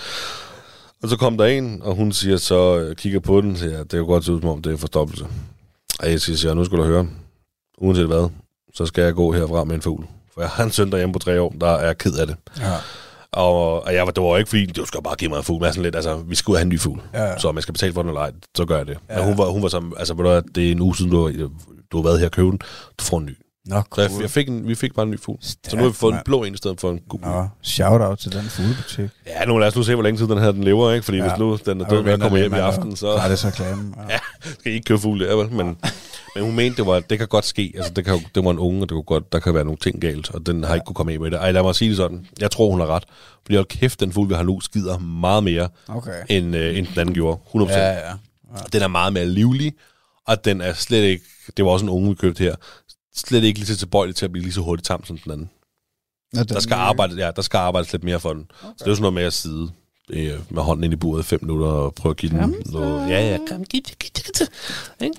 E: Og så kom der en, og hun siger så, øh, kigger på den, siger, det kan godt se ud som om det er forstoppelse. Og jeg siger, siger, nu skal du høre, uanset hvad, så skal jeg gå herfra med en fugl. For jeg har en søn derhjemme på tre år, der er ked af det. Ja. Og, og jeg var, det var ikke fordi, du skal bare give mig en fugl. Men sådan lidt, altså, vi skal ud og have en ny fugl. Ja, ja. Så om jeg skal betale for den eller ej, så gør jeg det. Ja. Men hun var, hun var så, altså, ved du, det er en uge siden, du, du har været her og købe den. Du får en ny.
D: Nå, cool.
E: Så jeg, jeg fik en, vi fik bare en ny fugl. Stærk, så nu har vi fået man. en blå en i stedet for en gul.
D: Nå, shout out til den fuglebutik.
E: Ja, nu lad os nu se, hvor længe tid den her den lever, ikke? Fordi ja. hvis nu den er død, når jeg kommer hjem i aften, så...
D: Nej, det er så reklame. Ja.
E: ja, skal I ikke købe fugle der, vel? Men, men hun mente, det var, det kan godt ske. Altså, det, kan, det var en unge, og det kunne godt, der kan være nogle ting galt, og den har ja. ikke kunne komme af med det. Ej, lad mig sige det sådan. Jeg tror, hun har ret. Fordi hold kæft, den fugl, vi har nu, skider meget mere, okay. end, øh, end den anden gjorde. hundrede procent. Ja, ja. Ja. Den er meget mere livlig, og den er slet ikke... Det var også en unge, vi købte her. Slet ikke lige så tilbøjelig til at blive lige så hurtigt tam som den anden. Ja, den der, skal arbejde, ja, der skal arbejdes lidt mere for den. Okay. Så det er sådan noget med at sidde øh, med hånden ind i buret i fem minutter og prøve at give den noget... Ja, ja, kom, giv det, giv det, giv det.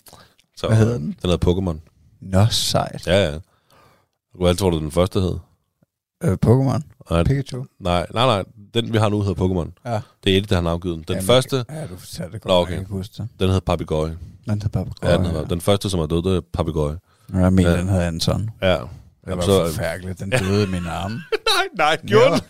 E: Så,
D: hvad hedder den?
E: Den hedder Pokémon.
D: Nå, sejt.
E: Ja, ja. Hvad tror du, den første hed?
D: Øh, Pokémon? Nej, Pikachu?
E: Nej, nej, nej. Den, vi har nu, hedder Pokémon. Ja. Det er Eddie, der har navngivet den. Den Jamen, første...
D: Ja, du fortalte det godt.
E: Nå, okay. Den hedder Papegøje.
D: Den hedder Papegøje,
E: ja. Den, hedder, den første, som er død, det er Papegøje.
D: Jeg mener, ja. den hedder Anton.
E: Ja.
D: Det var så forfærdeligt. Den døde i mine arme.
E: nej, nej, gjorde den.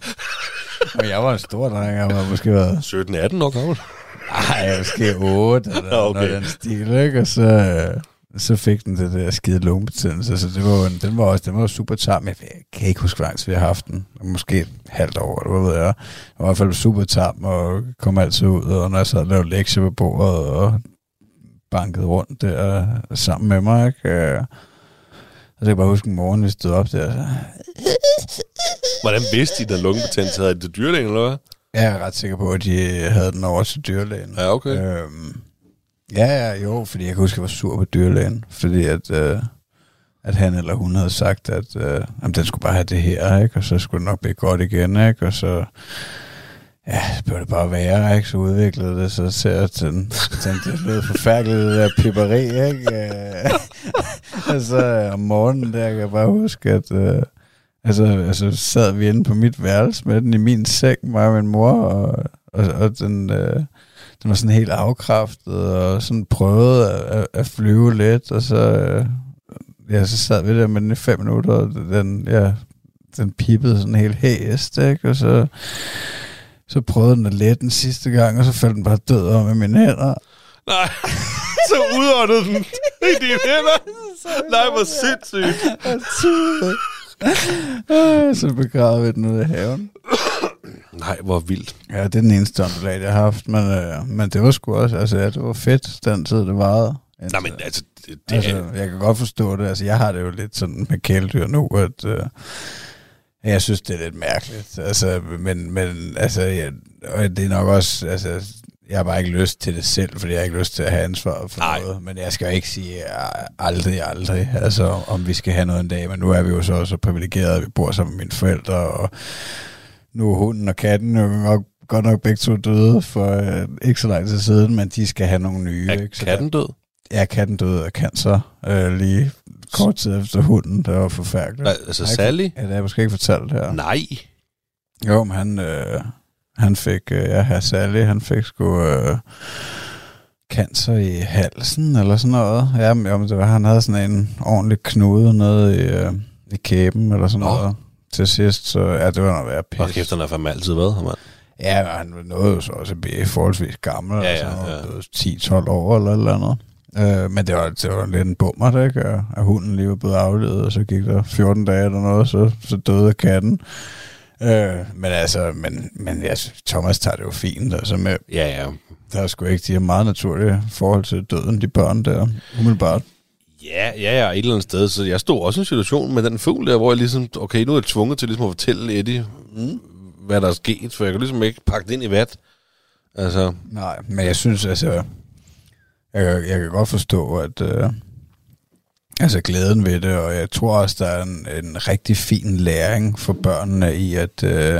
D: Og jeg var en stor dreng. Jeg var måske været...
E: sytten atten år gammel.
D: Nej, måske otte. Eller okay. Noget den stil, ikke? Og så, så fik den det der skide lungebetændelse. Så det var, den var også den var super tam. Jeg kan ikke huske, hvor lang tid vi har haft den. Måske et halvt år, eller hvad ved jeg. Jeg var i hvert fald super tam og kom altid ud. Og når jeg sad og lavede lektier på bordet og bankede rundt der sammen med mig, ikke? Og så kan jeg bare huske en morgen, vi stod op der. Så...
E: Hvordan vidste de, at lungebetændelse havde det dyrlægen, eller hvad?
D: Jeg er ret sikker på, at de havde den over til dyrlægen.
E: Ja, okay.
D: Øhm, ja, ja, jo, fordi jeg kan huske, at jeg var sur på dyrlægen. Fordi at, øh, at han eller hun havde sagt, at øh, jamen, den skulle bare have det her, ikke? Og så skulle det nok blive godt igen, ikke? Og så... Ja, det burde det bare være, ikke? Så udviklede det sig til, at den tænkte, det lød forfærdeligt, det der pipperi, ikke? Og så om morgenen, der kan jeg bare huske, at uh, altså, altså, sad vi inde på mit værelse med den i min seng, mig og min mor, og, og, og den, uh, den var sådan helt afkræftet, og sådan prøvede at, at flyve lidt, og så, uh, ja, så sad vi der med den i fem minutter, og den, ja, den pippede sådan helt hæst, ikke? Og så... Så prøvede den at lette den sidste gang, og så faldt den bare død om i mine hænder.
E: Nej, så udåndede den i dine hænder. Nej, hvor sindssygt.
D: Så begravede vi den ud af haven.
E: Nej, hvor vildt.
D: Ja, det er den eneste ondulat, jeg har haft, men, øh, men det var sgu også, altså ja, det var fedt, den tid det varede.
E: Nej, men altså... Det, det
D: altså,
E: er...
D: Jeg kan godt forstå det, altså jeg har det jo lidt sådan med kæledyr nu, at... Øh, jeg synes, det er lidt mærkeligt, altså, men, men altså, ja, det er nok også, altså, jeg har bare ikke lyst til det selv, fordi jeg har ikke lyst til at have ansvar for Ej. noget, men jeg skal jo ikke sige aldrig, aldrig, altså, om vi skal have noget en dag, men nu er vi jo så også privilegerede, vi bor sammen med mine forældre, og nu er hunden og katten jo nok godt nok begge to døde for øh, ikke så lang tid siden, men de skal have nogle nye.
E: Er
D: ikke? Så
E: katten død?
D: Ja, katten døde af cancer øh, lige kort tid efter hunden. Det var forfærdeligt.
E: Hva, altså Sally?
D: Ja, det har jeg måske ikke fortalt her.
E: Nej.
D: Jo, men han, øh, han fik, øh, ja, her Sally, han fik sgu øh, cancer i halsen, eller sådan noget. Ja, men, jo, det var, han havde sådan en ordentlig knude nede i, øh, i kæben, eller sådan oh. noget. Til sidst, så ja, det var noget værd pis.
E: Og kæft, han har fandme altid været her, mand.
D: Ja, han nåede jo så også at blive forholdsvis gammel,
E: ja,
D: altså
E: ja, ja.
D: ti tolv år eller eller andet. Øh, men det var, det var lidt en bummer, det, ikke? At hunden lige var blevet aflevet, og så gik der fjorten dage eller noget, så, så døde katten. Øh, men altså, men, men ja, Thomas tager det jo fint, altså med,
E: ja, ja.
D: Der er sgu ikke de her meget naturlige forhold til døden, de børn der, umiddelbart.
E: Ja, ja, ja, et eller andet sted. Så jeg stod også i en situation med den fugl der, hvor jeg ligesom, okay, nu er jeg tvunget til ligesom at fortælle Eddie, mm. hvad der er sket, for jeg kan ligesom ikke pakke det ind i vat. Altså.
D: Nej, men jeg synes, altså, jeg, jeg kan godt forstå, at øh, altså glæden ved det, og jeg tror også, der er en, en rigtig fin læring for børnene i at, øh,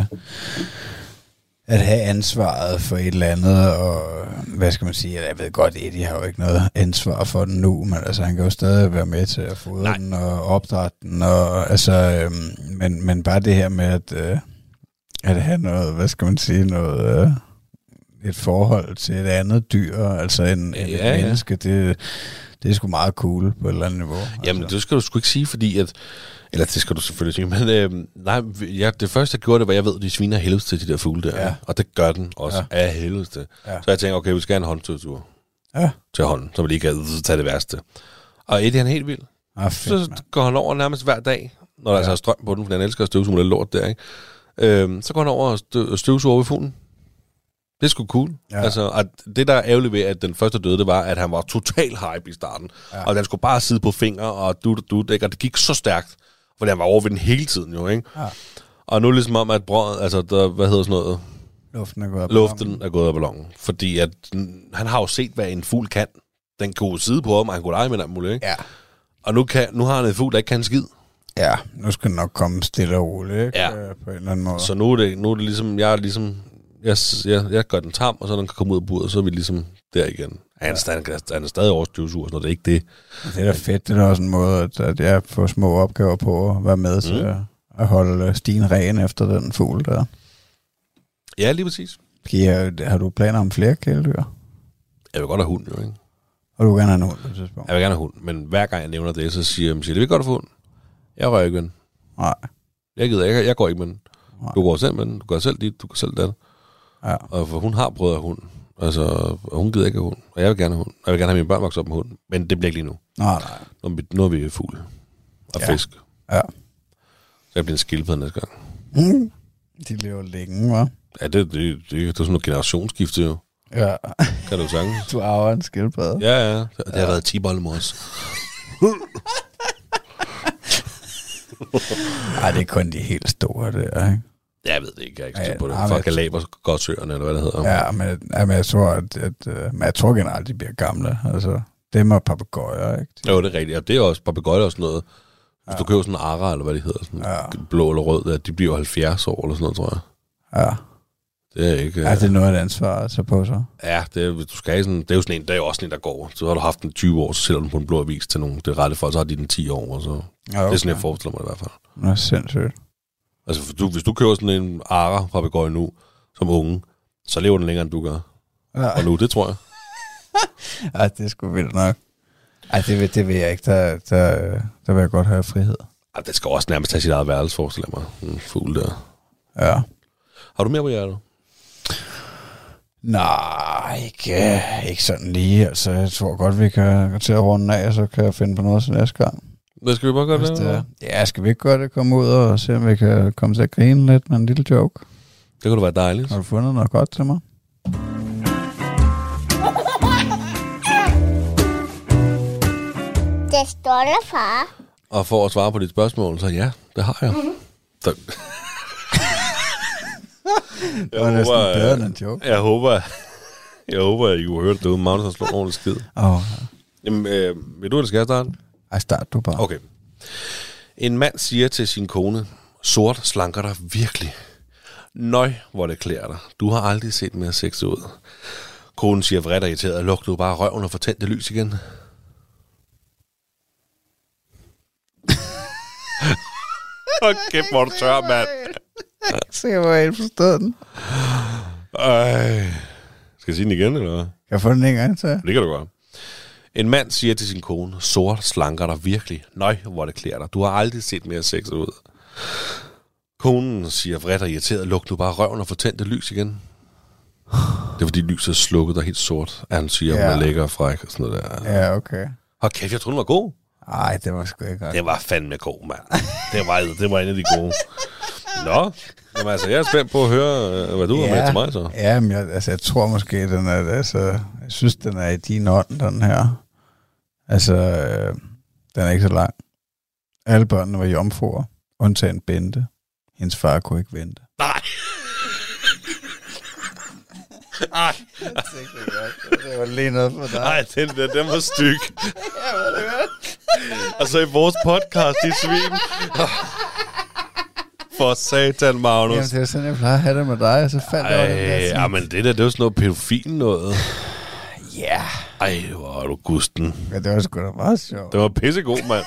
D: at have ansvaret for et eller andet, og hvad skal man sige, jeg ved godt, Eddie har jo ikke noget ansvar for den nu, men altså han kan jo stadig være med til at fodre Nej. den og opdrætte den, og altså, øh, men, men bare det her med at, øh, at have noget, hvad skal man sige, noget... Øh, et forhold til et andet dyr, altså en, ja, et ja. menneske, det, det er sgu meget cool på et eller andet niveau.
E: Jamen,
D: altså.
E: Det skal du sgu ikke sige, fordi at, eller det skal du selvfølgelig sige, men øh, nej, ja, det første, jeg gjorde, det var, jeg ved, de sviner helvedes til de der fugle der, ja. og det gør den også ja. af helvedes til. Ja. Så jeg tænker, okay, vi skal have en håndstøvtur
D: ja.
E: til hånden, så vi lige kan tage det værste. Og Eddie, han er helt vild.
D: Ah, fedt,
E: så man. går han over nærmest hver dag, når der ja. altså er strøm på den, fordi han elsker at støvsuge lidt lort der, ikke? Øh, så går han over og støvsuger over ved fuglen. Det er sgu cool. Ja. Altså, at det, der er ærgerligt ved, at den første døde, det var, at han var total hype i starten. Ja. Og den skulle bare sidde på fingre, og du, du, og det gik så stærkt, fordi han var over ved den hele tiden jo, ikke? Ja. Og nu er det ligesom om, at brød, altså, der, hvad hedder sådan noget?
D: Luften er gået af
E: ballonen. Luften er gået af ballonen. Fordi at, han har jo set, hvad en fugl kan. Den kunne sidde på ham, og han kunne lege med den muligt, ikke?
D: Ja.
E: Og nu, kan, nu har han en fugl, der ikke kan en skid.
D: Ja, nu skal den nok komme stille og roligt, ikke?
E: Ja.
D: På en eller anden måde.
E: Så nu er det, nu er det ligesom, jeg er ligesom... Jeg, jeg, jeg gør den tam, og så den kan komme ud af buret, og så er vi ligesom der igen. Ja. Han, er, han er stadig over støvsuger, så det er ikke det.
D: Det er da fedt. Det er også en måde, at, at jeg får små opgaver på at være med til mm. at, at holde stien ren efter den fugl der.
E: Ja, lige præcis.
D: Har, har du planer om flere kæledyr?
E: Jeg vil godt have hund, jo, ikke?
D: Og du vil gerne have en hund på et tidspunkt?
E: Jeg vil gerne have hund, men hver gang jeg nævner det, så siger jeg, det vil godt have hund. Jeg rører ikke med den.
D: Nej.
E: Jeg gider ikke, jeg går ikke med den. Du går selv med den, du går selv dit, du går selv der. Ja. Og for hun har prøvet at hund. Altså, og hun gider ikke have hund. Og jeg vil gerne have hund. Og jeg vil gerne have mine børn vokse op med hund. Men det bliver ikke lige nu.
D: Nej, nej.
E: Nu er vi, nu er vi fugle. Og
D: ja.
E: fisk.
D: Ja.
E: Så jeg bliver en skildpadde næste gang.
D: Mm. De lever længe, hva'?
E: Ja, det, det, det, det er sådan noget generationsskifte jo.
D: Ja.
E: Kan du sige?
D: Du arver en skildpadde.
E: Ja, ja. Det har ja. været tibollemors.
D: Ej, det er kun de helt store der, ikke?
E: Jeg ved det ikke, jeg er ikke styr på det. Ja, for kalaber godt søerne, eller hvad det hedder.
D: Ja, men, ja, men jeg tror, at, at, at men jeg tror generelt, de bliver gamle. Altså, dem er papegøjer, ikke?
E: Jo, det er rigtigt. Ja, det er også papegøjer og sådan noget. Hvis ja. du køber sådan en ara, eller hvad det hedder, sådan ja. blå eller rød, der, de bliver halvfjerds år, eller sådan noget, tror jeg.
D: Ja.
E: Det er ikke...
D: Ja, det er noget af et ansvar at tage på sig.
E: Ja, det er, du skal have sådan, det er jo sådan en, det er jo også sådan en, der går. Så har du haft den tyve år, så sælger du den på en blå avis til nogle, det er rette folk, så har de den ti år, og så... Ja, okay. Det er sådan, jeg forestiller mig i hvert fald.
D: Det er sindssygt.
E: Altså, for du, hvis du køber sådan en ara fra Begøj nu, som unge, så lever den længere, end du gør. Ja. Og nu, det tror jeg.
D: Ej, det er sgu vildt nok. Ej, det vil, det vil jeg ikke. Der, der, der vil jeg godt have frihed.
E: Ej, det skal også nærmest have sit eget værelse, forestiller mig. En fugl der.
D: Ja.
E: Har du mere på hjertet?
D: Nej, ikke, ikke sådan lige. Altså, jeg tror godt, vi kan gå til at runde af, og så kan jeg finde på noget til næste gang.
E: Hvad skal vi bare gøre det?
D: det? Ja, skal vi ikke gøre det? Komme ud og se, om vi kan komme til at grine lidt med en lille joke?
E: Det kunne da være dejligt.
D: Har du fundet noget godt til mig?
F: Det står der, far.
E: Og for at svare på dit spørgsmål, så ja, det har jeg. Mm-hmm. Så...
D: det var næsten bedre end en joke.
E: Jeg håber, jeg håber, at I kunne høre det derude. Magnus har slået en ordentlig skid.
D: Åh, oh, ja.
E: Jamen, øh, vil du, eller skal jeg starte?
D: Ej, start du bare.
E: Okay. En mand siger til sin kone, sort slanker dig virkelig. Nøj, hvor det klæder dig. Du har aldrig set mere sexet ud. Konen siger vredt og irriteret, luk du bare røven og få tændt det lys igen. Hold kæft, hvor du tør, mand.
D: Se, hvor jeg forstod den.
E: Ej. Skal jeg sige den igen, eller hvad?
D: Kan jeg få den en gang til?
E: Det kan du gøre. En mand siger til sin kone, sort slanker dig virkelig. Nøj, hvor det klæder dig. Du har aldrig set mere sexet ud. Konen siger vredt og irriteret, luk du bare røven og få tændt det lys igen. Det er fordi lyset er slukket og helt sort. Han siger, ja. Hun er lækker og fræk og sådan noget der.
D: Ja, okay.
E: Hold kæft, jeg troede, den var god.
D: Nej, det var sgu ikke godt.
E: Det var fandme god, mand. Det var, det var en af de gode. Nå, jamen, altså, jeg er spændt på at høre, hvad du ja. har med til mig så.
D: Ja, men jeg, altså, jeg tror måske, den er, altså, jeg synes, den er i din ånd, den her. Altså, øh, den er ikke så lang. Alle børnene var jomfruer, undtagen Bente. Hendes far kunne ikke vente.
E: Nej. Ej.
D: Det var lige noget for dig.
E: Nej, den der, den var styg. Altså i vores podcast, de svin. For satan, Magnus.
D: Jamen, det er sådan, jeg plejer at have det med dig, og så faldt jeg over den der.
E: Ja, men det der, det er jo sådan noget pædofil noget.
D: Ja. Yeah.
E: Ej, hvor er du gusten.
D: Ja, det var sgu da meget sjovt.
E: Det var pissegod, mand.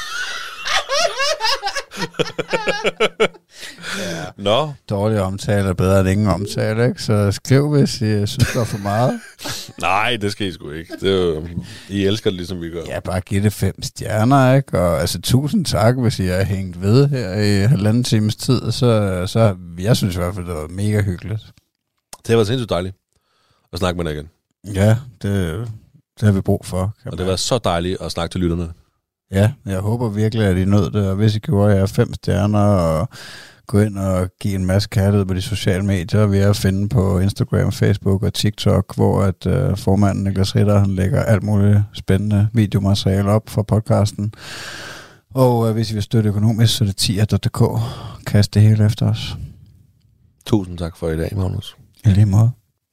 D: Ja.
E: Nå.
D: Dårlig omtale er bedre end ingen omtale, ikke? Så skriv, hvis I synes, der er for meget.
E: Nej, det skal I sgu ikke. Det er jo, I elsker det, ligesom vi gør.
D: Ja, bare giv det fem stjerner, ikke? Og altså, tusind tak, hvis I har hængt ved her i halvanden times tid. Så, så jeg synes i hvert fald, det var mega hyggeligt.
E: Det har været sindssygt dejligt at snakke med dig igen.
D: Ja, det, det har vi brug for.
E: Og det har været så dejligt at snakke til lytterne.
D: Ja, jeg håber virkelig, at I nød det, og hvis I gjorde jer fem stjerner, og gå ind og give en masse kærlighed på de sociale medier, vi er at finde på Instagram, Facebook og TikTok, hvor at uh, formanden Niklas Ritter, han lægger alt muligt spændende videomateriale op fra podcasten. Og uh, hvis I vil støtte økonomisk, så er det tier punktum d k. Kast det hele efter os.
E: Tusind tak for i dag, Magnus.
D: I lige måde.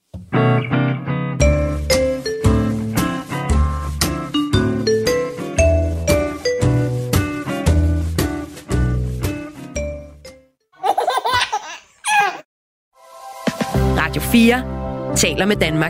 B: Radio fire taler med Danmark.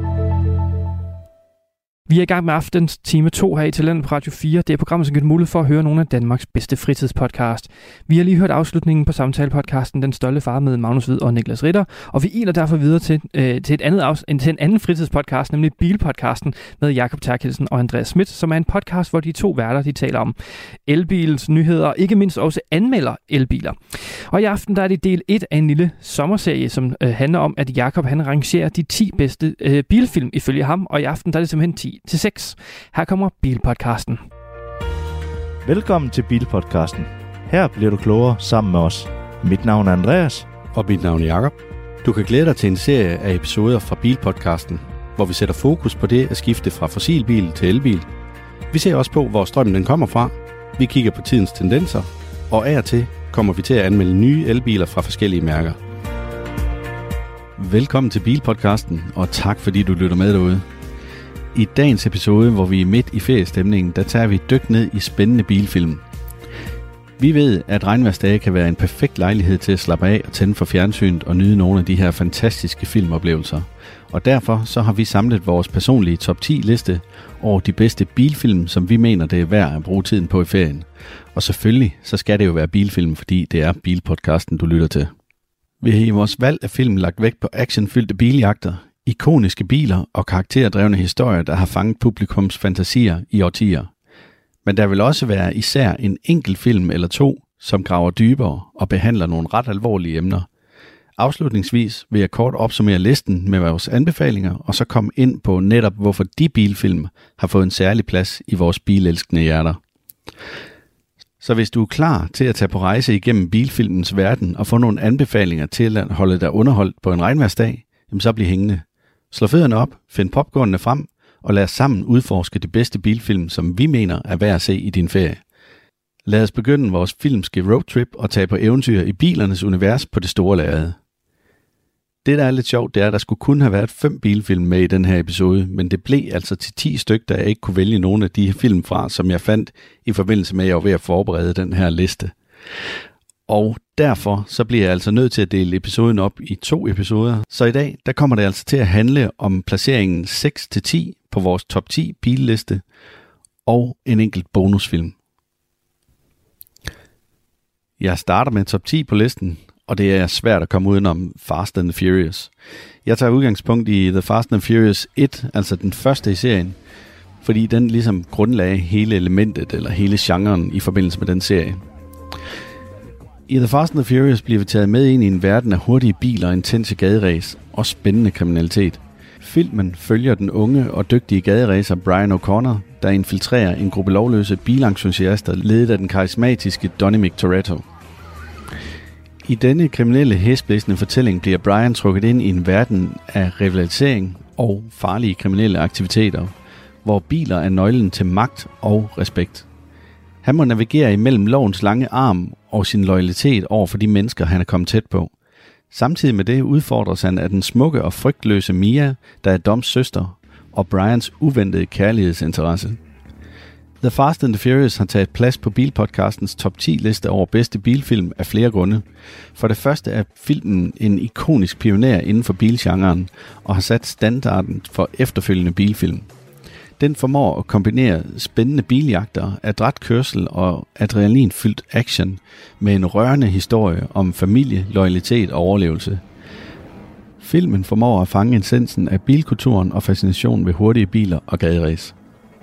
C: Vi er i gang med aftens time to her i Talentet på Radio fire. Det er programmet, som giver mulighed for at høre nogle af Danmarks bedste fritidspodcast. Vi har lige hørt afslutningen på samtalepodcasten Den Stolte Far med Magnus Hvid og Niklas Ritter, og vi iler derfor videre til, øh, til, et andet afs- til en anden fritidspodcast, nemlig Bilpodcasten med Jakob Terkelsen og Andreas Schmidt, som er en podcast, hvor de to værter de taler om elbils nyheder og ikke mindst også anmelder elbiler. Og i aften der er det del et af en lille sommerserie, som øh, handler om, at Jakob han rangerer de ti bedste øh, bilfilm ifølge ham, og i aften der er det simpelthen ti til seks. Her kommer Bilpodcasten.
G: Velkommen til Bilpodcasten. Her bliver du klogere sammen med os. Mit navn er Andreas.
H: Og mit navn er Jakob. Du kan glæde dig til en serie af episoder fra Bilpodcasten, hvor vi sætter fokus på det at skifte fra fossilbil til elbil. Vi ser også på, hvor strømmen den kommer fra. Vi kigger på tidens tendenser. Og af og til kommer vi til at anmelde nye elbiler fra forskellige mærker. Velkommen til Bilpodcasten, og tak fordi du lytter med derude. I dagens episode, hvor vi er midt i feriestemningen, der tager vi et dyk ned i spændende bilfilm. Vi ved, at regnværsdage kan være en perfekt lejlighed til at slappe af og tænde for fjernsynet og nyde nogle af de her fantastiske filmoplevelser. Og derfor så har vi samlet vores personlige top ti liste over de bedste bilfilm, som vi mener, det er værd at bruge tiden på i ferien. Og selvfølgelig så skal det jo være bilfilm, fordi det er Bilpodcasten, du lytter til. Vi har i vores valg af film lagt vægt på actionfyldte biljagter, ikoniske biler og karakterdrevne historier, der har fanget publikums fantasier i årtier. Men der vil også være især en enkelt film eller to, som graver dybere og behandler nogle ret alvorlige emner. Afslutningsvis vil jeg kort opsummere listen med vores anbefalinger, og så komme ind på netop, hvorfor de bilfilm har fået en særlig plads i vores bilelskende hjerter. Så hvis du er klar til at tage på rejse igennem bilfilmens verden og få nogle anbefalinger til at holde dig underholdt på en regnværsdag, jamen så bliv hængende. Slå fødderne op, find popcornene frem, og lad os sammen udforske de bedste bilfilm, som vi mener er værd at se i din ferie. Lad os begynde vores filmske roadtrip og tage på eventyr i bilernes univers på det store lærred. Det, der er lidt sjovt, det er, at der skulle kun have været fem bilfilm med i den her episode, men det blev altså til ti stykker, da jeg ikke kunne vælge nogle af de film fra, som jeg fandt i forbindelse med, at jeg var ved at forberede den her liste. Og derfor så bliver jeg altså nødt til at dele episoden op i to episoder. Så i dag, der kommer det altså til at handle om placeringen seks til ti på vores top ti billiste og en enkelt bonusfilm. Jeg starter med top ti på listen, og det er svært at komme udenom Fast and the Furious. Jeg tager udgangspunkt i The Fast and Furious et, altså den første i serien, fordi den ligesom grundlagde hele elementet eller hele genren i forbindelse med den serie. I The Fast and the Furious bliver vi taget med ind i en verden af hurtige biler, intense gaderæs og spændende kriminalitet. Filmen følger den unge og dygtige gaderæser Brian O'Connor, der infiltrerer en gruppe lovløse bilentusiaster ledet af den karismatiske Dominic Toretto. I denne kriminelle hæsblæsende fortælling bliver Brian trukket ind i en verden af rivalisering og farlige kriminelle aktiviteter, hvor biler er nøglen til magt og respekt. Han må navigere imellem lovens lange arm og sin loyalitet over for de mennesker, han er kommet tæt på. Samtidig med det udfordres han af den smukke og frygtløse Mia, der er Doms søster, og Brians uventede kærlighedsinteresse. The Fast and the Furious har taget plads på Bilpodcastens top ti liste over bedste bilfilm af flere grunde. For det første er filmen en ikonisk pioner inden for bilgenren og har sat standarden for efterfølgende bilfilm. Den formår at kombinere spændende biljagter, adræt kørsel og adrenalinfyldt action med en rørende historie om familie, loyalitet og overlevelse. Filmen formår at fange essensen af bilkulturen og fascinationen ved hurtige biler og gaderæs.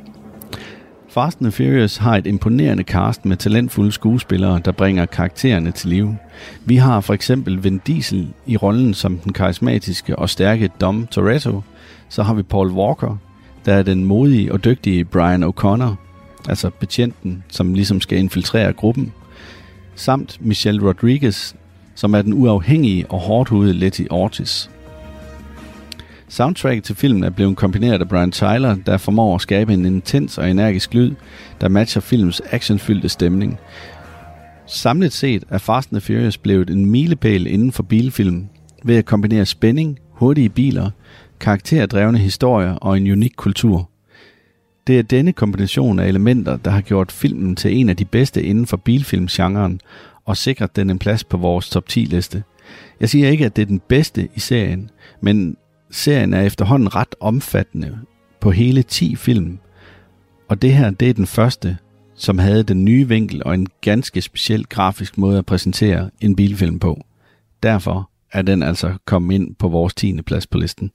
H: Fast and Furious har et imponerende cast med talentfulde skuespillere, der bringer karaktererne til live. Vi har for eksempel Vin Diesel i rollen som den karismatiske og stærke Dom Toretto. Så har vi Paul Walker, der er den modige og dygtige Brian O'Connor, altså betjenten, som ligesom skal infiltrere gruppen. Samt Michelle Rodriguez, som er den uafhængige og hårdhudede Letty Ortiz. Soundtracket til filmen er blevet kombineret af Brian Tyler, der formår at skabe en intens og energisk lyd, der matcher filmens actionfyldte stemning. Samlet set er Fast and the Furious blevet en milepæl inden for bilfilm, ved at kombinere spænding, hurtige biler, karakterdrevne historier og en unik kultur. Det er denne kombination af elementer, der har gjort filmen til en af de bedste inden for bilfilmsgenren og sikret den en plads på vores top ti liste. Jeg siger ikke, at det er den bedste i serien, men serien er efterhånden ret omfattende på hele ti film, og det her det er den første, som havde den nye vinkel og en ganske speciel grafisk måde at præsentere en bilfilm på. Derfor er den altså kommet ind på vores tiende plads på listen.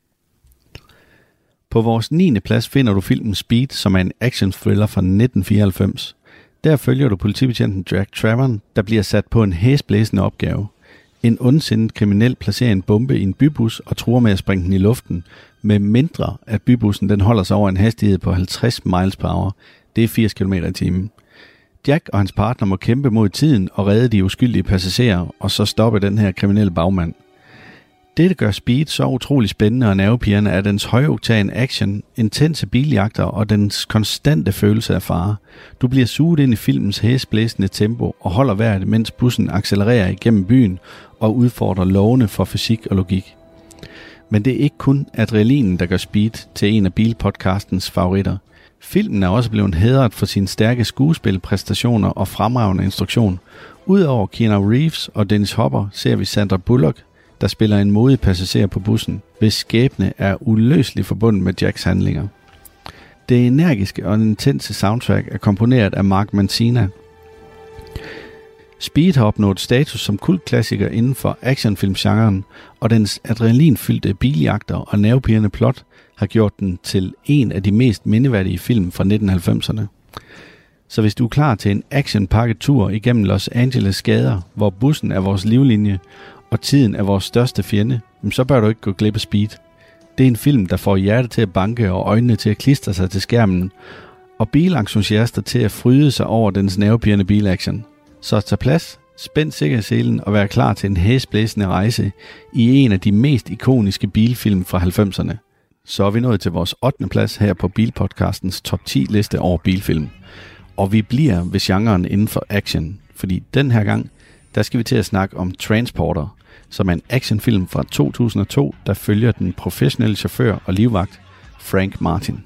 H: På vores niende plads finder du filmen Speed, som er en action-thriller fra nitten fireoghalvfems. Der følger du politibetjenten Jack Travern, der bliver sat på en hæsblæsende opgave. En ondsindet kriminel placerer en bombe i en bybus og truer med at springe den i luften, med mindre at bybussen den holder sig over en hastighed på halvtreds miles per hour. Det er firs kilometer i timen. Jack og hans partner må kæmpe mod tiden og redde de uskyldige passagerer, og så stoppe den her kriminelle bagmand. Det, der gør Speed så utrolig spændende og nervepirrende, er dens højoktan action, intense biljagter og dens konstante følelse af fare. Du bliver suget ind i filmens hæsblæsende tempo og holder vejret, mens bussen accelererer igennem byen og udfordrer lovene for fysik og logik. Men det er ikke kun adrenalinen, der gør Speed til en af Bilpodcastens favoritter. Filmen er også blevet hædret for sine stærke skuespilpræstationer og fremragende instruktion. Udover Keanu Reeves og Dennis Hopper ser vi Sandra Bullock, der spiller en modig passager på bussen, hvis skæbne er uløseligt forbundet med Jacks handlinger. Det energiske og intense soundtrack er komponeret af Mark Mancina. Speed har opnået status som kultklassiker inden for actionfilmgenren, og dens adrenalinfyldte biljagter og nervepirrende plot har gjort den til en af de mest mindeværdige film fra nitten halvfemserne. Så hvis du er klar til en actionpakket tur igennem Los Angeles gader, hvor bussen er vores livlinje, og tiden er vores største fjende, så bør du ikke gå glip af Speed. Det er en film, der får hjertet til at banke og øjnene til at klistre sig til skærmen, og bilentusiaster til at fryde sig over dens nervepirrende bilaction. Så tag plads, spænd sikkerhedsselen og vær klar til en hæsblæsende rejse i en af de mest ikoniske bilfilm fra halvfemserne. Så er vi nået til vores ottende plads her på Bilpodcastens top ti liste over bilfilm. Og vi bliver ved genren inden for action, fordi den her gang, der skal vi til at snakke om Transporter, som er en actionfilm fra to tusind og to, der følger den professionelle chauffør og livvagt Frank Martin.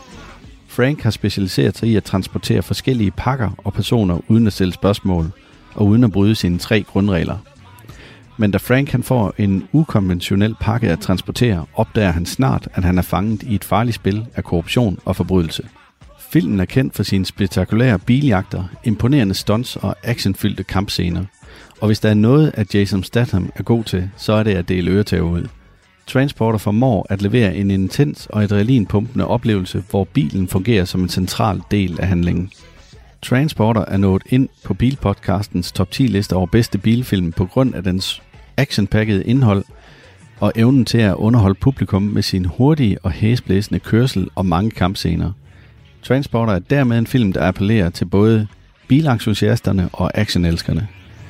H: Frank har specialiseret sig i at transportere forskellige pakker og personer uden at stille spørgsmål, og uden at bryde sine tre grundregler. Men da Frank han får en ukonventionel pakke at transportere, opdager han snart, at han er fanget i et farligt spil af korruption og forbrydelse. Filmen er kendt for sine spektakulære biljagter, imponerende stunts og actionfyldte kampscener. Og hvis der er noget, at Jason Statham er god til, så er det at dele øretæver ud. Transporter formår at levere en intens og adrenalinpumpende oplevelse, hvor bilen fungerer som en central del af handlingen. Transporter er nået ind på Bilpodcastens top ti liste over bedste bilfilm på grund af dens actionpakkede indhold og evnen til at underholde publikum med sin hurtige og hæsblæsende kørsel og mange kampscener. Transporter er dermed en film, der appellerer til både bilentusiasterne og actionelskerne.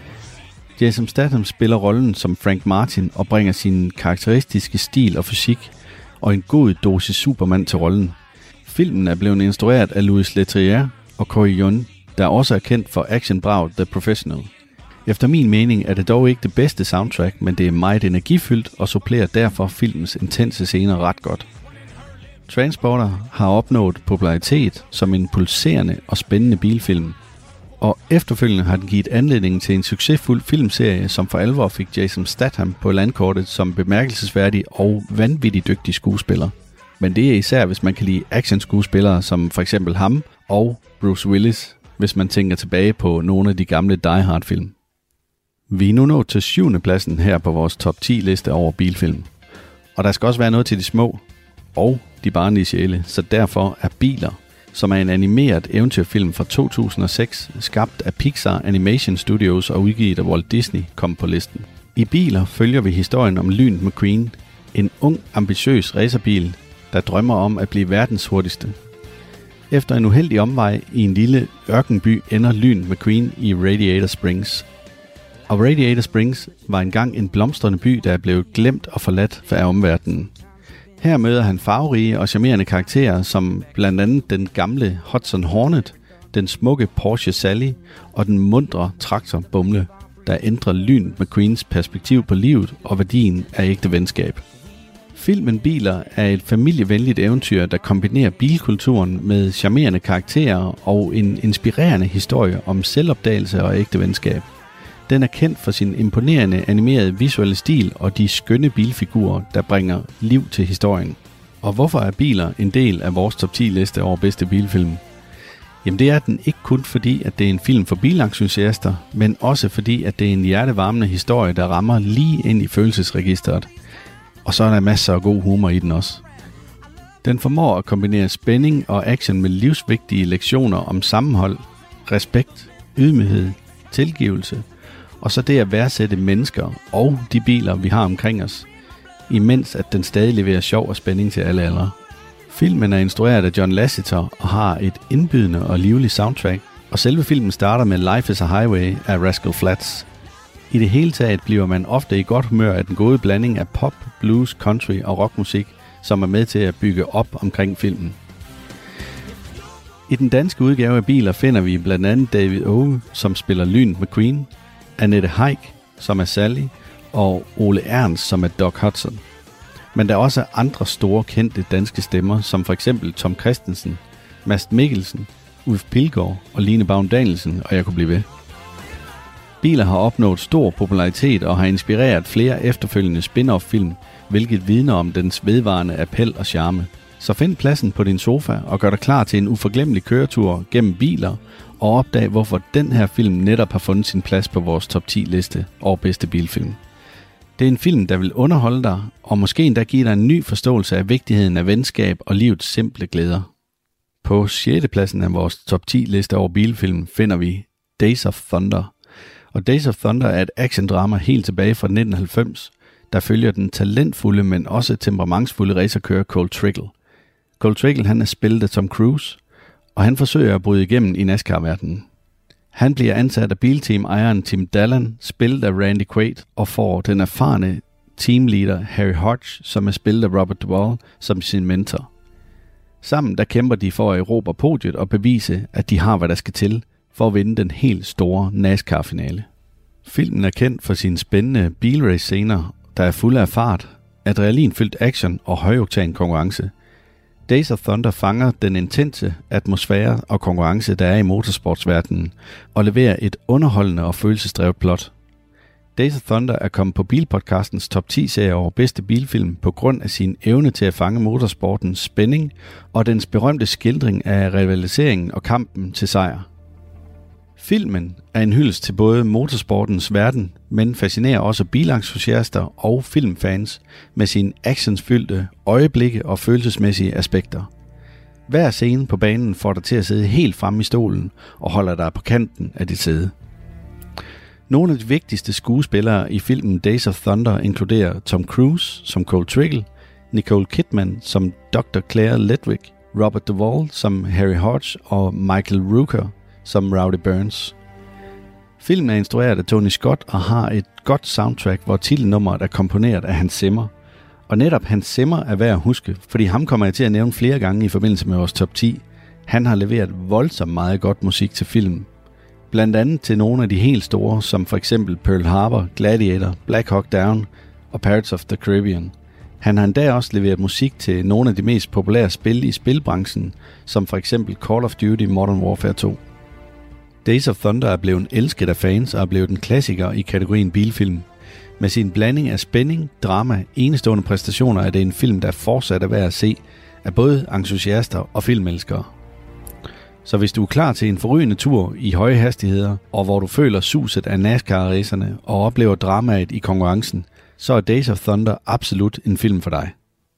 H: Jason Statham spiller rollen som Frank Martin og bringer sin karakteristiske stil og fysik og en god dosis Superman til rollen. Filmen er blevet instrueret af Louis Leterrier og Corey Yuen, der også er kendt for actionbraget The Professional. Efter min mening er det dog ikke det bedste soundtrack, men det er meget energifyldt og supplerer derfor filmens intense scener ret godt. Transporter har opnået popularitet som en pulserende og spændende bilfilm, og efterfølgende har den givet anledning til en succesfuld filmserie, som for alvor fik Jason Statham på landkortet som bemærkelsesværdig og vanvittigt dygtig skuespiller. Men det er især, hvis man kan lide actionskuespillere som for eksempel ham og Bruce Willis, hvis man tænker tilbage på nogle af de gamle Die Hard-film. Vi er nu nået til syvende pladsen her på vores top ti liste over bilfilm. Og der skal også være noget til de små og de barnlige sjæle, så derfor er Biler, som er en animeret eventyrfilm fra to tusind og seks, skabt af Pixar Animation Studios og udgivet af Walt Disney, kom på listen. I Biler følger vi historien om Lyn McQueen, en ung, ambitiøs racerbil, der drømmer om at blive verdens hurtigste. Efter en uheldig omvej i en lille ørkenby ender Lyn McQueen i Radiator Springs. Og Radiator Springs var engang en blomstrende by, der er blevet glemt og forladt af omverdenen. Her møder han farverige og charmerende karakterer, som blandt andet den gamle Hudson Hornet, den smukke Porsche Sally og den mundre traktor Bumle, der ændrer Lyn McQueens perspektiv på livet og værdien af ægte venskab. Filmen Biler er et familievenligt eventyr, der kombinerer bilkulturen med charmerende karakterer og en inspirerende historie om selvopdagelse og ægte venskab. Den er kendt for sin imponerende animerede visuelle stil og de skønne bilfigurer, der bringer liv til historien. Og hvorfor er Biler en del af vores top ti liste over bedste bilfilm? Jamen det er den ikke kun fordi, at det er en film for bilentusiaster, men også fordi, at det er en hjertevarmende historie, der rammer lige ind i følelsesregisteret. Og så er der masser af god humor i den også. Den formår at kombinere spænding og action med livsvigtige lektioner om sammenhold, respekt, ydmyghed, tilgivelse, og så det at værdsætte mennesker og de biler, vi har omkring os, imens at den stadig leverer sjov og spænding til alle aldre. Filmen er instrueret af John Lasseter og har et indbydende og livligt soundtrack, og selve filmen starter med Life is a Highway af Rascal Flatts. I det hele taget bliver man ofte i godt humør af den gode blanding af pop, blues, country og rockmusik, som er med til at bygge op omkring filmen. I den danske udgave af Biler finder vi blandt andet David Owe, som spiller Lyn McQueen, Annette Heick, som er Sally, og Ole Ernst, som er Doc Hudson. Men der er også andre store kendte danske stemmer, som for eksempel Tom Christensen, Mads Mikkelsen, Ulf Pilgaard og Line Baun Danielsen, og jeg kunne blive ved. Biler har opnået stor popularitet og har inspireret flere efterfølgende spin-off-film, hvilket vidner om dens vedvarende appel og charme. Så find pladsen på din sofa og gør dig klar til en uforglemmelig køretur gennem Biler, og opdag, hvorfor den her film netop har fundet sin plads på vores top ti liste over bedste bilfilm. Det er en film, der vil underholde dig, og måske endda give dig en ny forståelse af vigtigheden af venskab og livets simple glæder. På sjette pladsen af vores top ti liste over bilfilm finder vi Days of Thunder. Og Days of Thunder er et actiondrama helt tilbage fra nitten halvfems, der følger den talentfulde, men også temperamentsfulde racerkører Cole Trickle. Cole Trickle han er spillet af Tom Cruise, og han forsøger at bryde igennem i NASCAR-verdenen. Han bliver ansat af bilteam-ejeren Tim Dallen, spillet af Randy Quaid, og får den erfarne teamleader Harry Hodge, som er spillet af Robert Duvall, som sin mentor. Sammen der kæmper de for at erobre podiet og bevise, at de har hvad der skal til for at vinde den helt store NASCAR-finale. Filmen er kendt for sine spændende bilrace-scener, der er fulde af fart, adrenalinfyldt action og højoktan konkurrence. Days of Thunder fanger den intense atmosfære og konkurrence, der er i motorsportsverdenen, og leverer et underholdende og følelsesdrevet plot. Days of Thunder er kommet på Bilpodcastens top ti-serie over bedste bilfilm på grund af sin evne til at fange motorsportens spænding og dens berømte skildring af rivaliseringen og kampen til sejr. Filmen er en hyldest til både motorsportens verden, men fascinerer også bilentusiaster og filmfans med sine actionsfyldte øjeblikke og følelsesmæssige aspekter. Hver scene på banen får dig til at sidde helt fremme i stolen og holder dig på kanten af dit sæde. Nogle af de vigtigste skuespillere i filmen Days of Thunder inkluderer Tom Cruise som Cole Trickle, Nicole Kidman som doktor Claire Ledwig, Robert Duvall som Harry Hodge og Michael Rooker som Rowdy Burns. Filmen er instrueret af Tony Scott og har et godt soundtrack, hvor titelnummeret er komponeret af Hans Zimmer. Og netop Hans Zimmer er værd at huske, fordi ham kommer jeg til at nævne flere gange i forbindelse med vores top ti. Han har leveret voldsomt meget godt musik til filmen. Blandt andet til nogle af de helt store, som for eksempel Pearl Harbor, Gladiator, Black Hawk Down og Pirates of the Caribbean. Han har endda også leveret musik til nogle af de mest populære spil i spilbranchen, som for eksempel Call of Duty Modern Warfare to. Days of Thunder er blevet elsket af fans og er blevet en klassiker i kategorien bilfilm. Med sin blanding af spænding, drama, enestående præstationer er det en film, der fortsat er værd at se af både entusiaster og filmelskere. Så hvis du er klar til en forrygende tur i høje hastigheder, og hvor du føler suset af NASCAR-racerne og oplever dramaet i konkurrencen, så er Days of Thunder absolut en film for dig.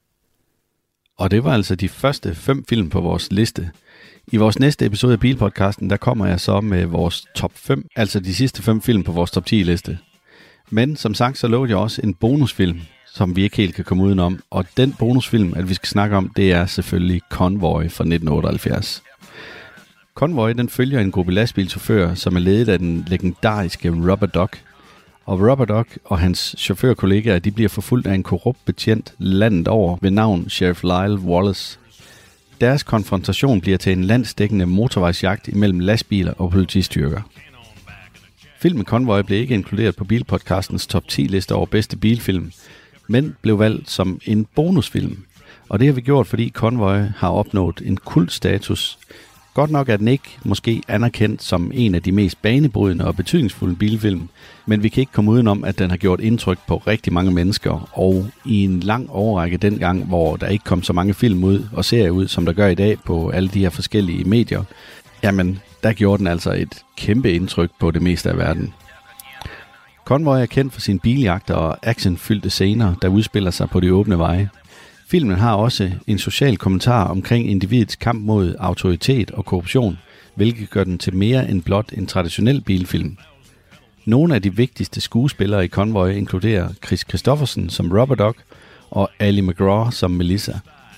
H: Og det var altså de første fem film på vores liste. I vores næste episode af Bilpodcasten, der kommer jeg så med vores top fem, altså de sidste fem film på vores top ti-liste. Men som sagt, så lovede jeg også en bonusfilm, som vi ikke helt kan komme udenom. Og den bonusfilm, at vi skal snakke om, det er selvfølgelig Convoy fra nitten otteoghalvfjerds. Convoy, den følger en gruppe lastbilchauffører, som er ledet af den legendariske Rubber Duck. Og Rubber Duck og hans chaufførkollegaer, de bliver forfulgt af en korrupt betjent landet over ved navn Sheriff Lyle Wallace. Deres konfrontation bliver til en landsdækkende motorvejsjagt imellem lastbiler og politistyrker. Filmen Convoy blev ikke inkluderet på Bilpodcastens top ti-liste over bedste bilfilm, men blev valgt som en bonusfilm. Og det har vi gjort, fordi Convoy har opnået en kultstatus. Godt nok er den ikke måske anerkendt som en af de mest banebrydende og betydningsfulde bilfilm, men vi kan ikke komme udenom, at den har gjort indtryk på rigtig mange mennesker, og i en lang overrække dengang, hvor der ikke kom så mange film ud og serier ud, som der gør i dag på alle de her forskellige medier, jamen, der gjorde den altså et kæmpe indtryk på det meste af verden. Convoy er kendt for sine biljagter og actionfyldte scener, der udspiller sig på de åbne veje. Filmen har også en social kommentar omkring individets kamp mod autoritet og korruption, hvilket gør den til mere end blot en traditionel bilfilm. Nogle af de vigtigste skuespillere i Convoy inkluderer Chris Christopherson som Rubber Duck og Ali MacGraw som Melissa.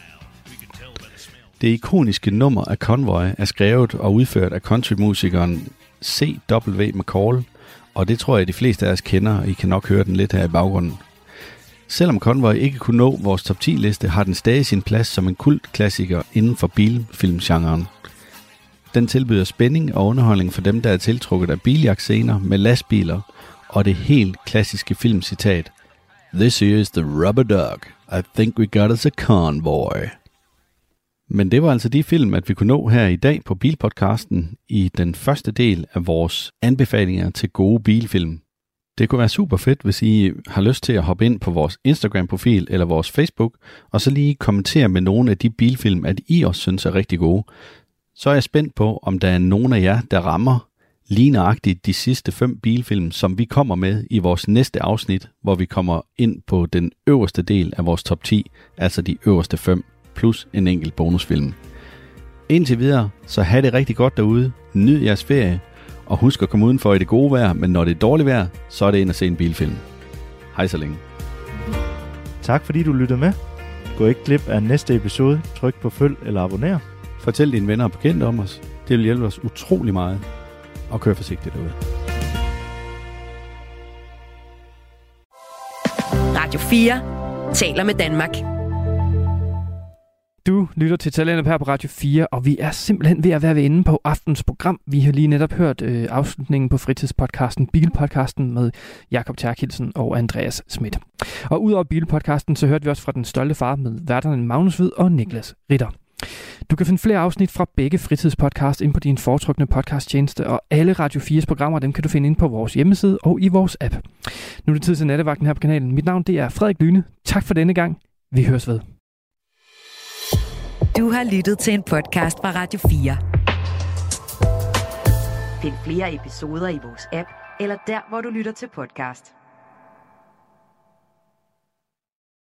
H: Det ikoniske nummer af Convoy er skrevet og udført af countrymusikeren C W McCall, og det tror jeg, de fleste af os kender, og I kan nok høre den lidt her i baggrunden. Selvom Convoy ikke kunne nå vores top ti-liste, har den stadig sin plads som en kultklassiker inden for bilfilmgenren. Den tilbyder spænding og underholdning for dem, der er tiltrukket af biljagtscener med lastbiler, og det helt klassiske filmcitat: "This is the Rubber Duck. I think we got us a convoy." Men det var altså de film, at vi kunne nå her i dag på Bilpodcasten i den første del af vores anbefalinger til gode bilfilm. Det kunne være super fedt, hvis I har lyst til at hoppe ind på vores Instagram-profil eller vores Facebook, og så lige kommentere med nogle af de bilfilm, at I også synes er rigtig gode. Så er jeg spændt på, om der er nogen af jer, der rammer lige nøjagtigt de sidste fem bilfilm, som vi kommer med i vores næste afsnit, hvor vi kommer ind på den øverste del af vores top ti, altså de øverste fem, plus en enkelt bonusfilm. Indtil videre, så have det rigtig godt derude, nyd jeres ferie, og husk at komme udenfor i det gode vejr, men når det er dårligt vejr, så er det ind at se en bilfilm. Hej så længe.
G: Tak fordi du lyttede med. Gå ikke glip af næste episode. Tryk på følg eller abonner.
H: Fortæl dine venner og bekendte om os. Det vil hjælpe os utrolig meget. Og kør forsigtigt derude.
B: Radio fire taler med Danmark.
C: Du lytter til Talentlab her på Radio fire, og vi er simpelthen ved at være ved inde på aftens program. Vi har lige netop hørt øh, afslutningen på fritidspodcasten, Bilpodcasten med Jakob Terkelsen og Andreas Schmidt. Og udover Bilpodcasten, så hørte vi også fra Den Stolte Far med værterne Magnus Hvid og Niklas Ritter. Du kan finde flere afsnit fra begge fritidspodcast ind på din foretrukne podcasttjeneste, og alle Radio fires programmer, dem kan du finde ind på vores hjemmeside og i vores app. Nu er det tid til nattevagten her på kanalen. Mit navn det er Frederik Lyne. Tak for denne gang. Vi høres ved.
B: Du har lyttet til en podcast fra Radio fire.
I: Find flere episoder i vores app, eller der, hvor du lytter til podcast.